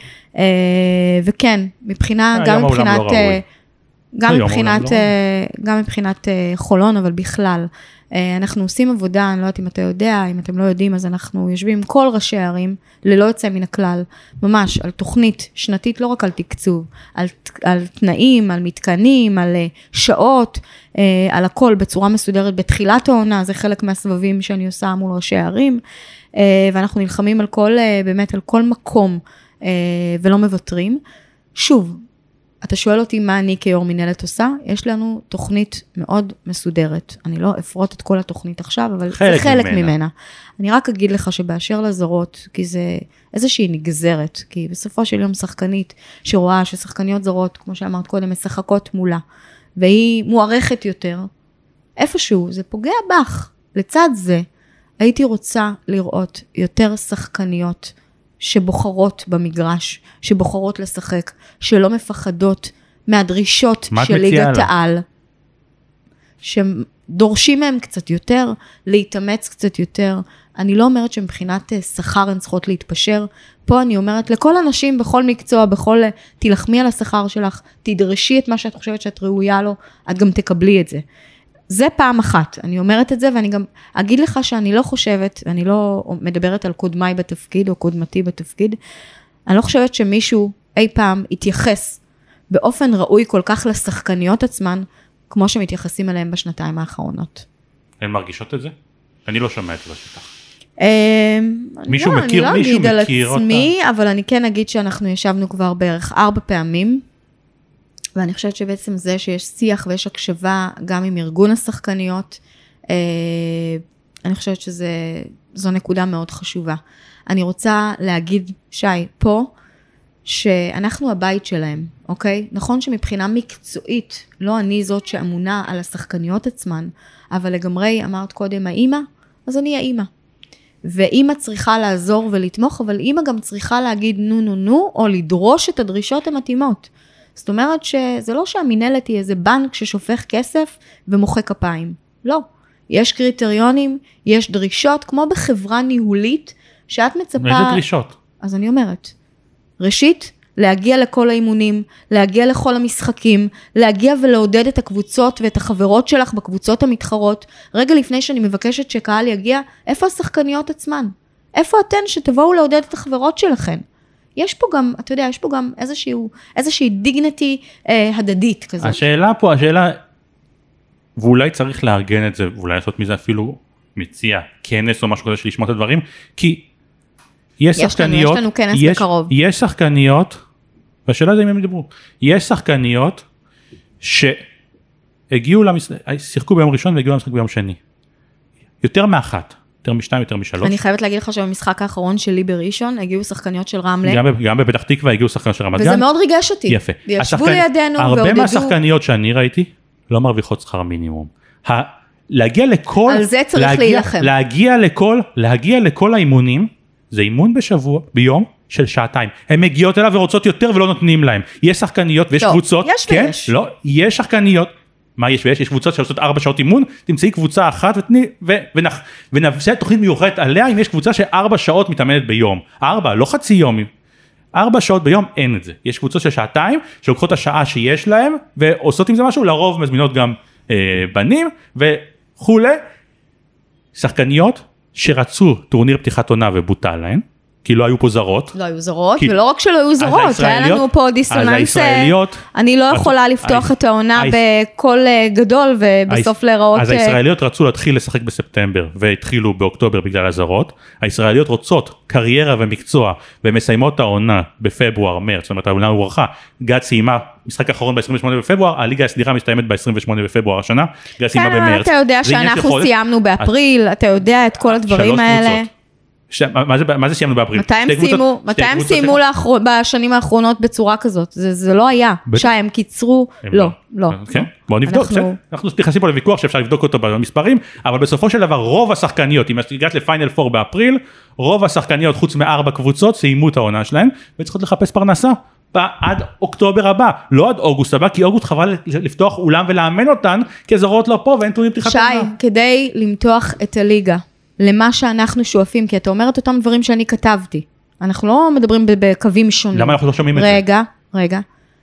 וכן, מבחינה, גם מבחינת, גם מבחינת, גם מבחינת חולון, אבל בכלל, אנחנו עושים עבודה, אני לא יודעת אם אתה יודע, אם אתם לא יודעים, אז אנחנו יושבים עם כל ראשי הערים, ללא יוצא מן הכלל, ממש על תוכנית שנתית, לא רק על תקצוב, על, על תנאים, על מתקנים, על שעות, על הכל בצורה מסודרת בתחילת העונה, זה חלק מהסבבים שאני עושה מול ראשי הערים, ואנחנו נלחמים על כל, באמת על כל מקום, ולא מוותרים. שוב, אתה שואל אותי מה אני כיו"ר מנהלת עושה, יש לנו תוכנית מאוד מסודרת. אני לא אפרוט את כל התוכנית עכשיו, אבל חלק זה חלק ממנה. ממנה. אני רק אגיד לך שבאשר לזרות, כי זה איזושהי נגזרת, כי בסופו של יום שחקנית שרואה ששחקניות זרות, כמו שאמרת קודם, משחקות מולה, והיא מוערכת יותר, איפשהו, זה פוגע בך. לצד זה, הייתי רוצה לראות יותר שחקניות שבוחרות במגרש, שבוחרות לשחק, שלא מפחדות מהדרישות של ליגת העל, שדורשים מהם קצת יותר, להתאמץ קצת יותר. אני לא אומרת שמבחינת שכר הן צריכות להתפשר, פה אני אומרת לכל אנשים בכל מקצוע, בכל, תלחמי על השכר שלך, תדרשי את מה שאת חושבת שאת ראויה לו, את גם תקבלי את זה. זה פעם אחת, אני אומרת את זה, ואני גם אגיד לך שאני לא חושבת, אני לא מדברת על קודמיי בתפקיד, או קודמתי בתפקיד, אני לא חושבת שמישהו אי פעם יתייחס באופן ראוי כל כך לשחקניות עצמן, כמו שמתייחסים אליהם בשנתיים האחרונות. הן מרגישות את זה? אני לא שומע את זה בשטח. מישהו מכיר, מישהו מכיר אותה? אבל אני כן אגיד שאנחנו ישבנו כבר בערך ארבע פעמים, ואני חושבת שבעצם זה שיש שיח ויש הקשבה גם עם ארגון השחקניות, אני חושבת שזו נקודה מאוד חשובה. אני רוצה להגיד, שי, פה, שאנחנו הבית שלהם, אוקיי? נכון שמבחינה מקצועית, לא אני זאת שאמונה על השחקניות עצמן, אבל לגמרי אמרת קודם, האמא, אז אני האמא. ואמא צריכה לעזור ולתמוך, אבל אמא גם צריכה להגיד נו נו נו, או לדרוש את הדרישות המתאימות. זאת אומרת שזה לא שהמנהלת היא איזה בנק ששופך כסף ומוחא כפיים. לא. יש קריטריונים, יש דרישות, כמו בחברה ניהולית, שאת מצפה... איזה דרישות? אז אני אומרת, ראשית, להגיע לכל האימונים, להגיע לכל המשחקים, להגיע ולעודד את הקבוצות ואת החברות שלך בקבוצות המתחרות. רגע לפני שאני מבקשת שקהל יגיע, איפה השחקניות עצמן? איפה אתן שתבואו לעודד את החברות שלכן? יש פה גם, אתה יודע, יש פה גם איזשהו, איזושהי דיגניטי אה, הדדית כזאת. השאלה פה, השאלה, ואולי צריך לארגן את זה, ואולי לעשות מזה אפילו מציע כנס או משהו כזה של לשמוע את הדברים, כי יש שחקניות, יש לנו כנס יש, בקרוב. יש שחקניות, והשאלה זה אם הם ידברו, יש שחקניות שהגיעו, למש... שיחקו ביום ראשון והגיעו למשחק ביום שני. יותר מאחת, יותר משתיים, יותר משלוש. אני חייבת להגיד לך שבמשחק האחרון שלי בראשון, הגיעו שחקניות של רמלה. גם, גם בפתח תקווה הגיעו שחקניות של רמת גן. וזה מאוד ריגש אותי. יפה. וישבו השחקנ... לידינו הרבה ועודדו. מהשחקניות שאני ראיתי, לא מרוויחות שכר מינימום. ה... להגיע לכל... על זה צריך להגיע, להילחם. להגיע לכל, להגיע לכל האימונים, זה אימון בשבוע, ביום של שעתיים. הן מגיעות אליו ורוצות יותר ולא נותנים להם. יש שחקניות ויש טוב, קבוצות. יש כן? ויש. לא, יש שחקניות. מה יש ויש? יש קבוצות שעושות ארבע שעות אימון, תמצאי קבוצה אחת ותני, ו, ונח, ונעשה תוכנית מיוחדת עליה, אם יש קבוצה שארבע שעות מתאמנת ביום. ארבע, לא חצי יום. ארבע שעות ביום אין את זה. יש קבוצות של שעתיים, שלוקחות השעה שיש להם, ועושות עם זה משהו, לרוב מזמינות גם אה, בנים, וכולי. שחקניות שרצו טורניר פתיחת עונה ובוטל להן, כי לא היו פה זרות. לא היו זרות, כי... ולא רק שלא היו זרות, היה לנו פה דיסוננס, אני לא יכולה אז... לפתוח את העונה היש... בכל גדול, ובסוף היש... להיראות... אז הישראליות רצו להתחיל לשחק בספטמבר, והתחילו באוקטובר בגלל הזרות, הישראליות רוצות קריירה ומקצוע, ומסיימות העונה בפברואר, מרץ, זאת אומרת, העונה הוארכה, גד סיימה, משחק האחרון ב-עשרים ושמונה בפברואר, הליגה הסדירה מסתיימת ב-עשרים ושמונה בפברואר השנה, גד סיימה במרץ. אתה יודע שאנחנו סיימנו באפריל, אתה יודע את כל הדברים האלה. ש... מה זה, מה זה סיימנו באפריל? מתי הם סיימו, מתי הם סיימו לאחר... בשנים האחרונות בצורה כזאת? זה, זה לא היה. ב... שהם קיצרו, הם לא, לא. כן, בואו נבדוק. אנחנו... אנחנו נכנסים פה לוויכוח שאפשר לבדוק אותו במספרים, אבל בסופו של דבר רוב השחקניות, אם הגעת לפיינל פור באפריל, רוב השחקניות חוץ מארבע קבוצות סיימו את העונה שלהם, וצריכות לחפש פרנסה. עד אוקטובר הבא, לא עד אוגוסט הבא, כי אוגוסט חבל לפתוח אולם ולאמן אותן, כי זרות לא פה ואין טורניר פתיחת עונה. שי, כדי למתוח את הליגה למה שאנחנו שואפים, כי אתה אומר את אותם דברים שאני כתבתי. אנחנו לא מדברים בקווים שונים. למה אנחנו לא שומעים את רגע, זה? רגע, רגע.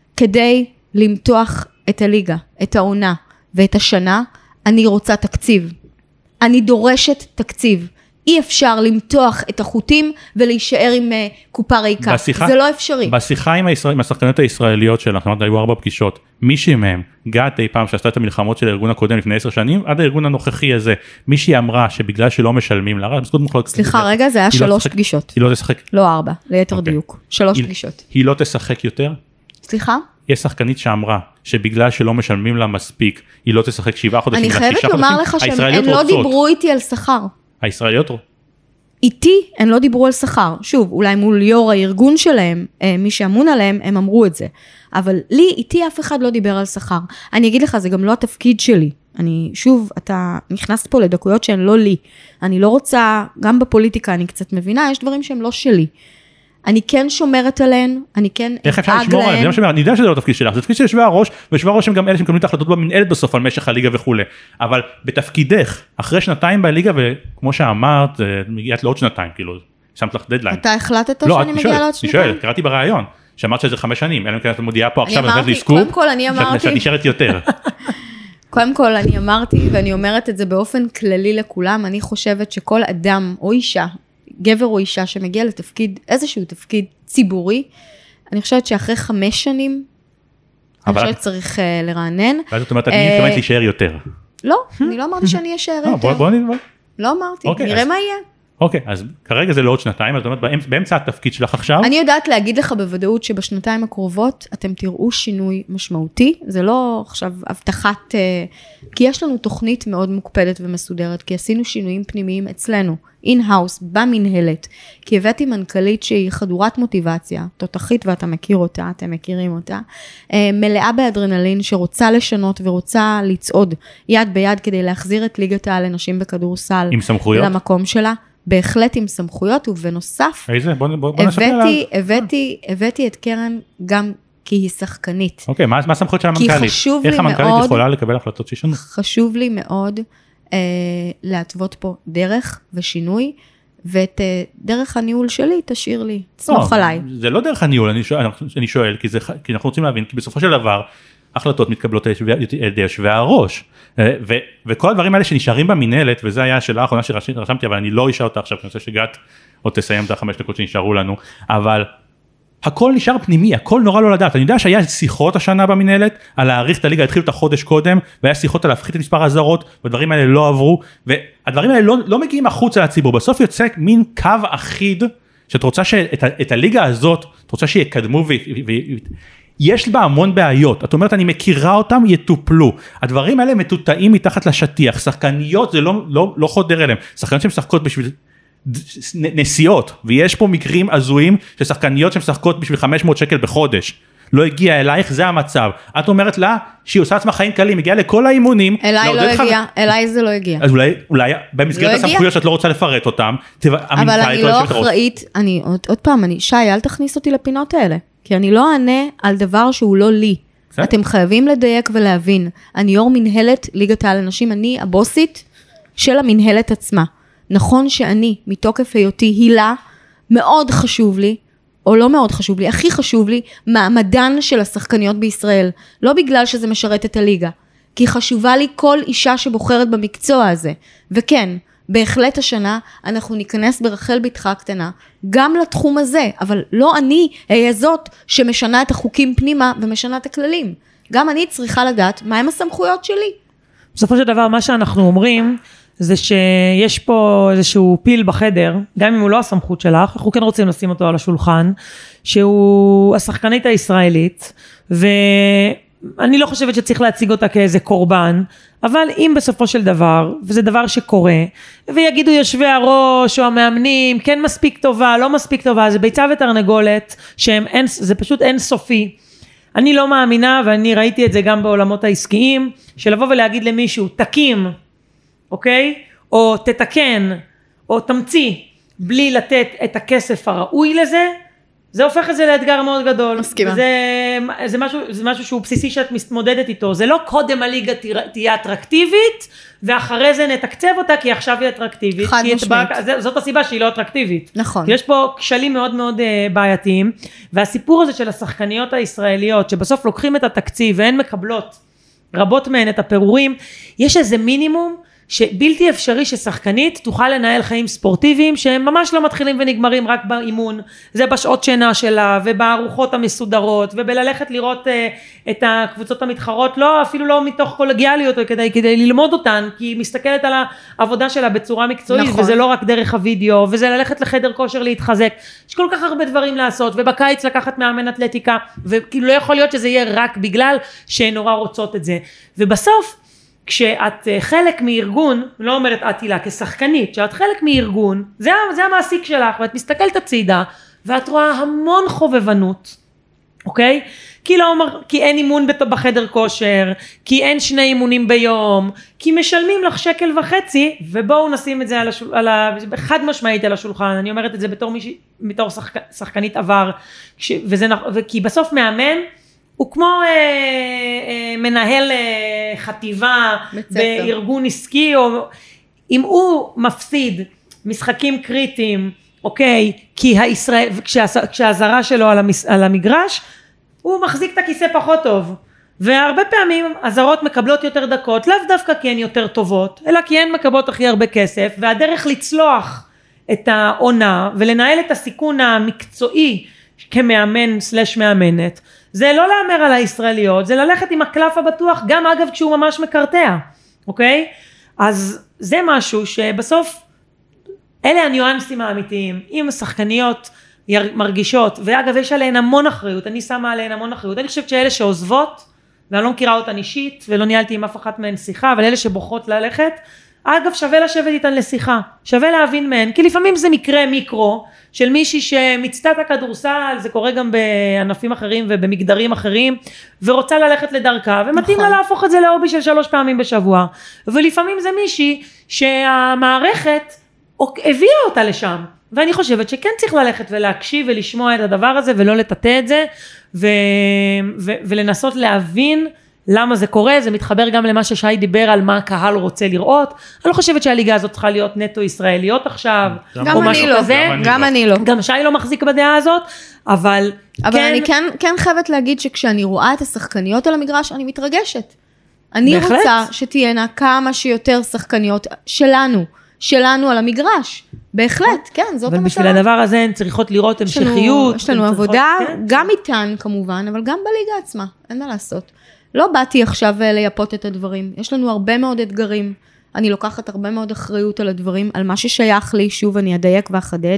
כדי למתוח את הליגה, את העונה ואת השנה, אני רוצה תקציב. אני דורשת תקציב. אי אפשר למתוח את החוטים ולהישאר עם uh, קופה ריקה. בשיחה, זה לא אפשרי. בשיחה עם, הישראל, עם השחקנות הישראליות שלנו, היו ארבע פגישות, מישהי מהם, געת אי פעם שעשתה את המלחמות של הארגון הקודם לפני עשר שנים, עד הארגון הנוכחי הזה, מישהי אמרה שבגלל שלא משלמים לה, סליחה רגע, זה היה שלוש פגישות. היא לא תשחק. לא ארבע, ליתר דיוק. שלוש פגישות. היא לא תשחק יותר? סליחה? יש שחקנית שאמרה שבגלל שלא משלמים לה מספיק, היא לא תשחק שבעה חודשים. אני חייבת לומר לך שהם לא דיברו איתי על שכר. הישראליות רו. איתי הם לא דיברו על שכר. שוב, אולי מול יו"ר הארגון שלהם, מי שאמון עליהם, הם אמרו את זה. אבל לי, איתי אף אחד לא דיבר על שכר. אני אגיד לך, זה גם לא התפקיד שלי. אני, שוב, אתה נכנסת פה לדקויות שהן לא לי. אני לא רוצה, גם בפוליטיקה אני קצת מבינה, יש דברים שהם לא שלי. אני כן שומרת עליהן, אני כן אדאג להן. איך אפשר לשמור עליהן? אני יודע שזה לא תפקיד שלך, זה תפקיד של יושבי הראש, ויושבי הראש הם גם אלה שמקבלים את ההחלטות במנהלת בסוף על משך הליגה וכו'. אבל בתפקידך, אחרי שנתיים בליגה, וכמו שאמרת, מגיעת לעוד שנתיים, כאילו, שמת לך דדליין. אתה החלטת שאני מגיעה לעוד שנתיים? אני שואל, קראתי ברעיון, שאמרת שזה חמש שנים, אלא אם כן את מודיעה פה עכשיו, קודם כל אני אמרתי, שאת נשארת יותר. קודם כל אני אמרתי, ואני אומרת את זה באופן כללי לכולם, אני חושבת שכל אדם או אישה, גבר או אישה שמגיע לתפקיד, איזשהו תפקיד ציבורי, אני חושבת שאחרי חמש שנים, אני חושבת שצריך לרענן. ואז זאת אומרת, אני מתכוונת להישאר יותר. לא, אני לא אמרתי שאני אשאר יותר. בוא נדבר. לא אמרתי, נראה מה יהיה. אוקיי, אז כרגע זה לא עוד שנתיים, אז זאת אומרת, באמצע התפקיד שלך עכשיו. אני יודעת להגיד לך בוודאות שבשנתיים הקרובות, אתם תראו שינוי משמעותי, זה לא עכשיו הבטחת, כי יש לנו תוכנית מאוד מוקפדת ומסודרת, כי עשינו שינויים פנימיים אצלנו, אין-האוס, במנהלת, כי הבאתי מנכ"לית שהיא חדורת מוטיבציה, תותחית ואתה מכיר אותה, אתם מכירים אותה, מלאה באדרנלין שרוצה לשנות ורוצה לצעוד יד ביד כדי להחזיר את ליגת העל לנשים בכדורסל. עם סמכויות? למקום שלה. בהחלט עם סמכויות, ובנוסף, איזה? בוא, בוא, בוא נספר עליו. הבאתי, הבאתי, הבאתי את קרן גם כי היא שחקנית. אוקיי, מה, מה הסמכויות של המנכ"לית? כי חשוב לי מאוד, איך המנכ"לית יכולה לקבל החלטות שישונות? חשוב לי מאוד אה, להתוות פה דרך ושינוי, ואת דרך הניהול שלי תשאיר לי, תסמוך עליי. זה לא דרך הניהול, אני שואל, אני שואל כי, זה, כי אנחנו רוצים להבין, כי בסופו של דבר, החלטות מתקבלות על ידי יושבי הראש, ו, וכל הדברים האלה שנשארים במנהלת, וזה היה השאלה האחרונה שרשמתי, אבל אני לא אשאל אותה עכשיו, כי אני רוצה שגעת, עוד תסיים את החמש דקות שנשארו לנו, אבל הכל נשאר פנימי, הכל נורא לא לדעת, אני יודע שהיה שיחות השנה במנהלת, על להאריך את הליגה, התחילו את החודש קודם, והיה שיחות על להפחית את מספר הזרות, והדברים האלה לא עברו, והדברים האלה לא, לא מגיעים החוצה לציבור, בסוף יוצא מין קו אחיד, שאת רוצה שאת את הליגה הזאת, את רוצה שיקדמו, ו, ו, יש בה המון בעיות, את אומרת אני מכירה אותם, יטופלו, הדברים האלה מטוטאים מתחת לשטיח, שחקניות זה לא, לא, לא חודר אליהם, שחקניות שמשחקות בשביל נסיעות, ויש פה מקרים הזויים ששחקניות שמשחקות בשביל חמש מאות שקל בחודש, לא הגיע אלייך, זה המצב, את אומרת לה שהיא עושה עצמה חיים קלים, הגיעה לכל האימונים, אליי לא הגיע, אליי זה לא הגיע, אז אולי, אולי במסגרת הסמכויות שאת לא רוצה לפרט אותם, אבל אני לא אחראית, אני עוד פעם, אני שי, אל תכניס אותי לפינות האלה, כי אני לא אענה על דבר שהוא לא לי, אתם חייבים לדייק ולהבין, אני יו"ר מנהלת ליגת העל הנשים, אני הבוסית של המנהלת עצמה, נכון שאני, מתוקף היותי הילה, מאוד חשוב לי, או לא מאוד חשוב לי, הכי חשוב לי, מעמדן של השחקניות בישראל. לא בגלל שזה משרת את הליגה, כי חשובה לי כל אישה שבוחרת במקצוע הזה. וכן, בהחלט השנה, אנחנו ניכנס ברחל בתך הקטנה, גם לתחום הזה, אבל לא אני אהיה זאת שמשנה את החוקים פנימה ומשנה את הכללים. גם אני צריכה לדעת מהם הסמכויות שלי. בסופו של דבר, מה שאנחנו אומרים, זה שיש פה איזשהו פיל בחדר, גם אם הוא לא הסמכות שלך, אנחנו כן רוצים לשים אותו על השולחן, שהוא השחקנית הישראלית, ואני לא חושבת שצריך להציג אותה כאיזה קורבן, אבל אם בסופו של דבר, וזה דבר שקורה, ויגידו יושבי הראש או המאמנים, כן מספיק טובה, לא מספיק טובה, זה ביצה ותרנגולת, שהם אין, זה פשוט אין סופי. אני לא מאמינה, ואני ראיתי את זה גם בעולמות העסקיים, שלבוא ולהגיד למישהו, תקים, אוקיי? או תתקן, או תמציא, בלי לתת את הכסף הראוי לזה, זה הופך את זה לאתגר מאוד גדול. מסכימה. זה, זה משהו, זה משהו שהוא בסיסי שאת מתמודדת איתו. זה לא קודם הליגה תהיה אטרקטיבית, ואחרי זה נתקצב אותה, כי עכשיו היא אטרקטיבית. חד משמעית. זאת הסיבה שהיא לא אטרקטיבית. נכון. יש פה כשלים מאוד מאוד בעייתיים, והסיפור הזה של השחקניות הישראליות, שבסוף לוקחים את התקציב, והן מקבלות רבות מהן את הפירורים, יש איזה מינימום, שבלתי אפשרי ששחקנית תוכל לנהל חיים ספורטיביים שהם ממש לא מתחילים ונגמרים רק באימון, זה בשעות שינה שלה ובארוחות המסודרות ובללכת לראות uh, את הקבוצות המתחרות, לא אפילו לא מתוך קולגיאליות כדי, כדי ללמוד אותן, כי היא מסתכלת על העבודה שלה בצורה מקצועית, נכון. וזה לא רק דרך הוידאו, וזה ללכת לחדר כושר להתחזק, יש כל כך הרבה דברים לעשות, ובקיץ לקחת מאמן אתלטיקה, וכאילו לא יכול להיות שזה יהיה רק בגלל שהן נורא רוצות את זה, ובסוף כשאת חלק מארגון, לא אומרת את הילה כשחקנית, כשאת חלק מארגון, זה, זה המעסיק שלך, ואת מסתכלת הצידה, ואת רואה המון חובבנות, אוקיי? כי, לא, כי אין אימון בחדר כושר, כי אין שני אימונים ביום, כי משלמים לך שקל וחצי, ובואו נשים את זה על השול, על ה, חד משמעית על השולחן, אני אומרת את זה בתור, מישהי, בתור שחק, שחקנית עבר, כש, וזה, כי בסוף מאמן, הוא כמו אה, אה, מנהל אה, חטיבה בארגון עסקי, או אם הוא מפסיד משחקים קריטיים, אוקיי, כי הישראל, כשה, כשהזרה שלו על, המס, על המגרש, הוא מחזיק את הכיסא פחות טוב, והרבה פעמים הזרות מקבלות יותר דקות, לאו דווקא כי הן יותר טובות, אלא כי הן מקבלות הכי הרבה כסף, והדרך לצלוח את העונה, ולנהל את הסיכון המקצועי, כמאמן סלש מאמנת, זה לא לאמר על הישראליות, זה ללכת עם הקלף הבטוח, גם אגב כשהוא ממש מקרטע, אוקיי? אז זה משהו שבסוף, אלה הניואנסים האמיתיים, אם השחקניות מרגישות, ואגב יש עליהן המון אחריות, אני שמה עליהן המון אחריות, אני חושבת שאלה שעוזבות, ואני לא מכירה אותן אישית, ולא ניהלתי עם אף אחת מהן שיחה, אבל אלה שבוחרות ללכת, אגב שווה לשבת איתן לשיחה, שווה להבין מהן, כי לפעמים זה מקרה מיקרו, של מישהי שמצטת הכדורסל, זה קורה גם בענפים אחרים ובמגדרים אחרים, ורוצה ללכת לדרכה, ומתאים לה להפוך את זה להובי של שלוש פעמים בשבוע, ולפעמים זה מישהי שהמערכת הביאה אותה לשם, ואני חושבת שכן צריך ללכת ולהקשיב ולשמוע את הדבר הזה, ולא לטאטא את זה, ו- ו- ולנסות להבין למה זה קורה, זה מתחבר גם למה ששי דיבר על מה הקהל רוצה לראות, אני לא חושבת שהליגה הזאת צריכה להיות נטו ישראליות עכשיו, גם אני לא, גם אני לא. גם שי לא מחזיק בדעה הזאת, אבל אבל כן... אני כן, כן חייבת להגיד שכשאני רואה את השחקניות על המגרש, אני מתרגשת. אני בהחלט. רוצה שתהיינה כמה שיותר שחקניות שלנו, שלנו על המגרש. בהחלט, כן, זאת המטרה. ובשביל הדבר הזה הן צריכות לראות המשכיות. יש לנו עבודה, כן. גם איתן כמובן, אבל גם בליגה עצמה, אין מה לעשות. לא באתי עכשיו לייפות את הדברים, יש לנו הרבה מאוד אתגרים, אני לוקחת הרבה מאוד אחריות על הדברים, על מה ששייך לי, שוב אני אדייק ואחדד,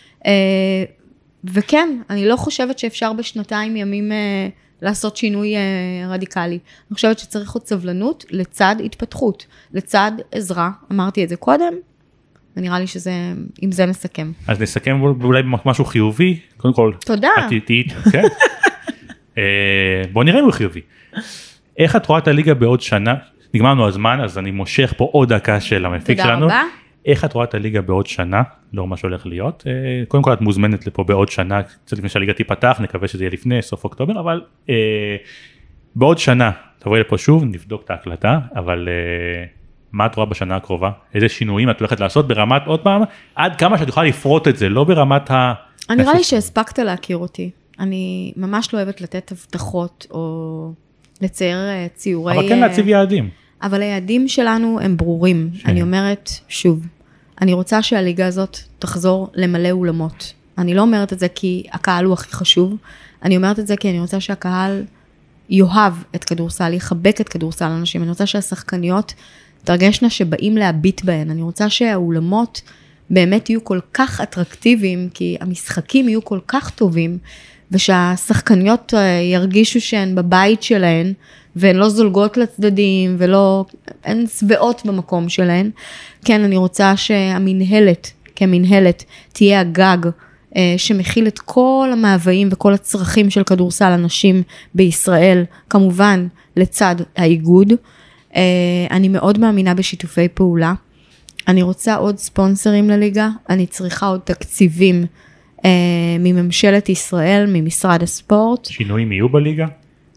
וכן, אני לא חושבת שאפשר בשנתיים ימים לעשות שינוי רדיקלי, אני חושבת שצריך עוד סבלנות לצד התפתחות, לצד עזרה, אמרתי את זה קודם, ונראה לי שזה, אם זה מסכם. אז נסכם אולי משהו חיובי, קודם כל. תודה. עתידית, כן. בוא נראה אם הוא חיובי. איך את רואה את הליגה בעוד שנה? נגמרנו הזמן, אז אני מושך פה עוד דקה של המפיק שלנו. תודה רבה. איך את רואה את הליגה בעוד שנה? לא מה שהולך להיות. קודם כל את מוזמנת לפה בעוד שנה, קצת לפני שהליגה תיפתח, נקווה שזה יהיה לפני סוף אוקטובר, אבל בעוד שנה, תבואי לפה שוב, נבדוק את ההקלטה, אבל מה את רואה בשנה הקרובה? איזה שינויים את הולכת לעשות ברמת עוד פעם? עד כמה שאת יכולה לפרוט את זה, לא ברמת ה... נראה לי שהספקת להכיר אותי. אני ממש לא אוהבת לתת הבטחות או לצייר ציורי... אבל כן להציב יעדים. אבל היעדים שלנו הם ברורים. אני אומרת, שוב, אני רוצה שהליגה הזאת תחזור למלא אולמות. אני לא אומרת את זה כי הקהל הוא הכי חשוב, אני אומרת את זה כי אני רוצה שהקהל יאהב את כדורסל, יחבק את כדורסל אנשים, אני רוצה שהשחקניות תרגשנה שבאים להביט בהן, אני רוצה שהאולמות באמת יהיו כל כך אטרקטיביים, כי המשחקים יהיו כל כך טובים, ושהשחקניות ירגישו שהן בבית שלהן, והן לא זולגות לצדדים, ולא, הן שבעות במקום שלהן. כן, אני רוצה שהמנהלת, כמנהלת, תהיה הגג, שמכיל את כל המאוויים וכל הצרכים של כדורסל אנשים בישראל, כמובן לצד האיגוד. אני מאוד מאמינה בשיתופי פעולה. אני רוצה עוד ספונסרים לליגה, אני צריכה עוד תקציבים מממשלת ישראל, ממשרד הספורט. שינויים יהיו בליגה?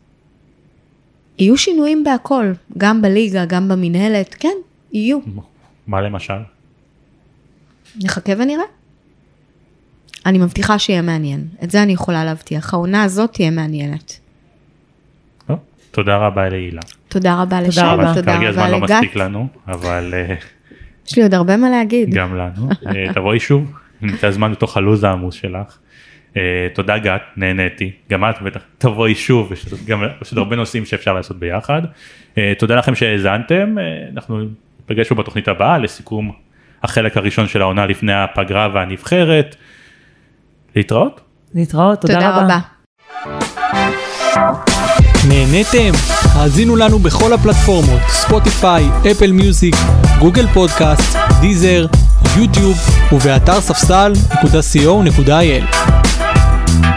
יהיו שינויים בהכל, גם בליגה, גם במנהלת, כן, יהיו. מה למשל? נחכה ונראה. אני מבטיחה שיהיה מעניין, את זה אני יכולה להבטיח, העונה הזאת תהיה מעניינת. תודה רבה להילה. תודה רבה לשי, תודה רבה לגת. כרגע הזמן לא מספיק לנו, אבל... יש לי עוד הרבה מה להגיד. גם לנו. תבואי שוב, נמצא הזמן בתוך הלוז העמוס שלך. תודה גת, נהניתי. גם את בטח תבואי שוב, יש עוד הרבה נושאים שאפשר לעשות ביחד. תודה לכם שהאזנתם, אנחנו נפגש פה בתוכנית הבאה, לסיכום החלק הראשון של העונה לפני הפגרה והנבחרת. להתראות? להתראות, תודה רבה. נהניתם? האזינו לנו בכל הפלטפורמות, ספוטיפיי, אפל מיוזיק, גוגל פודקאסט, דיזר, יוטיוב ובאתר ספסל נקודה סי או נקודה איי אל.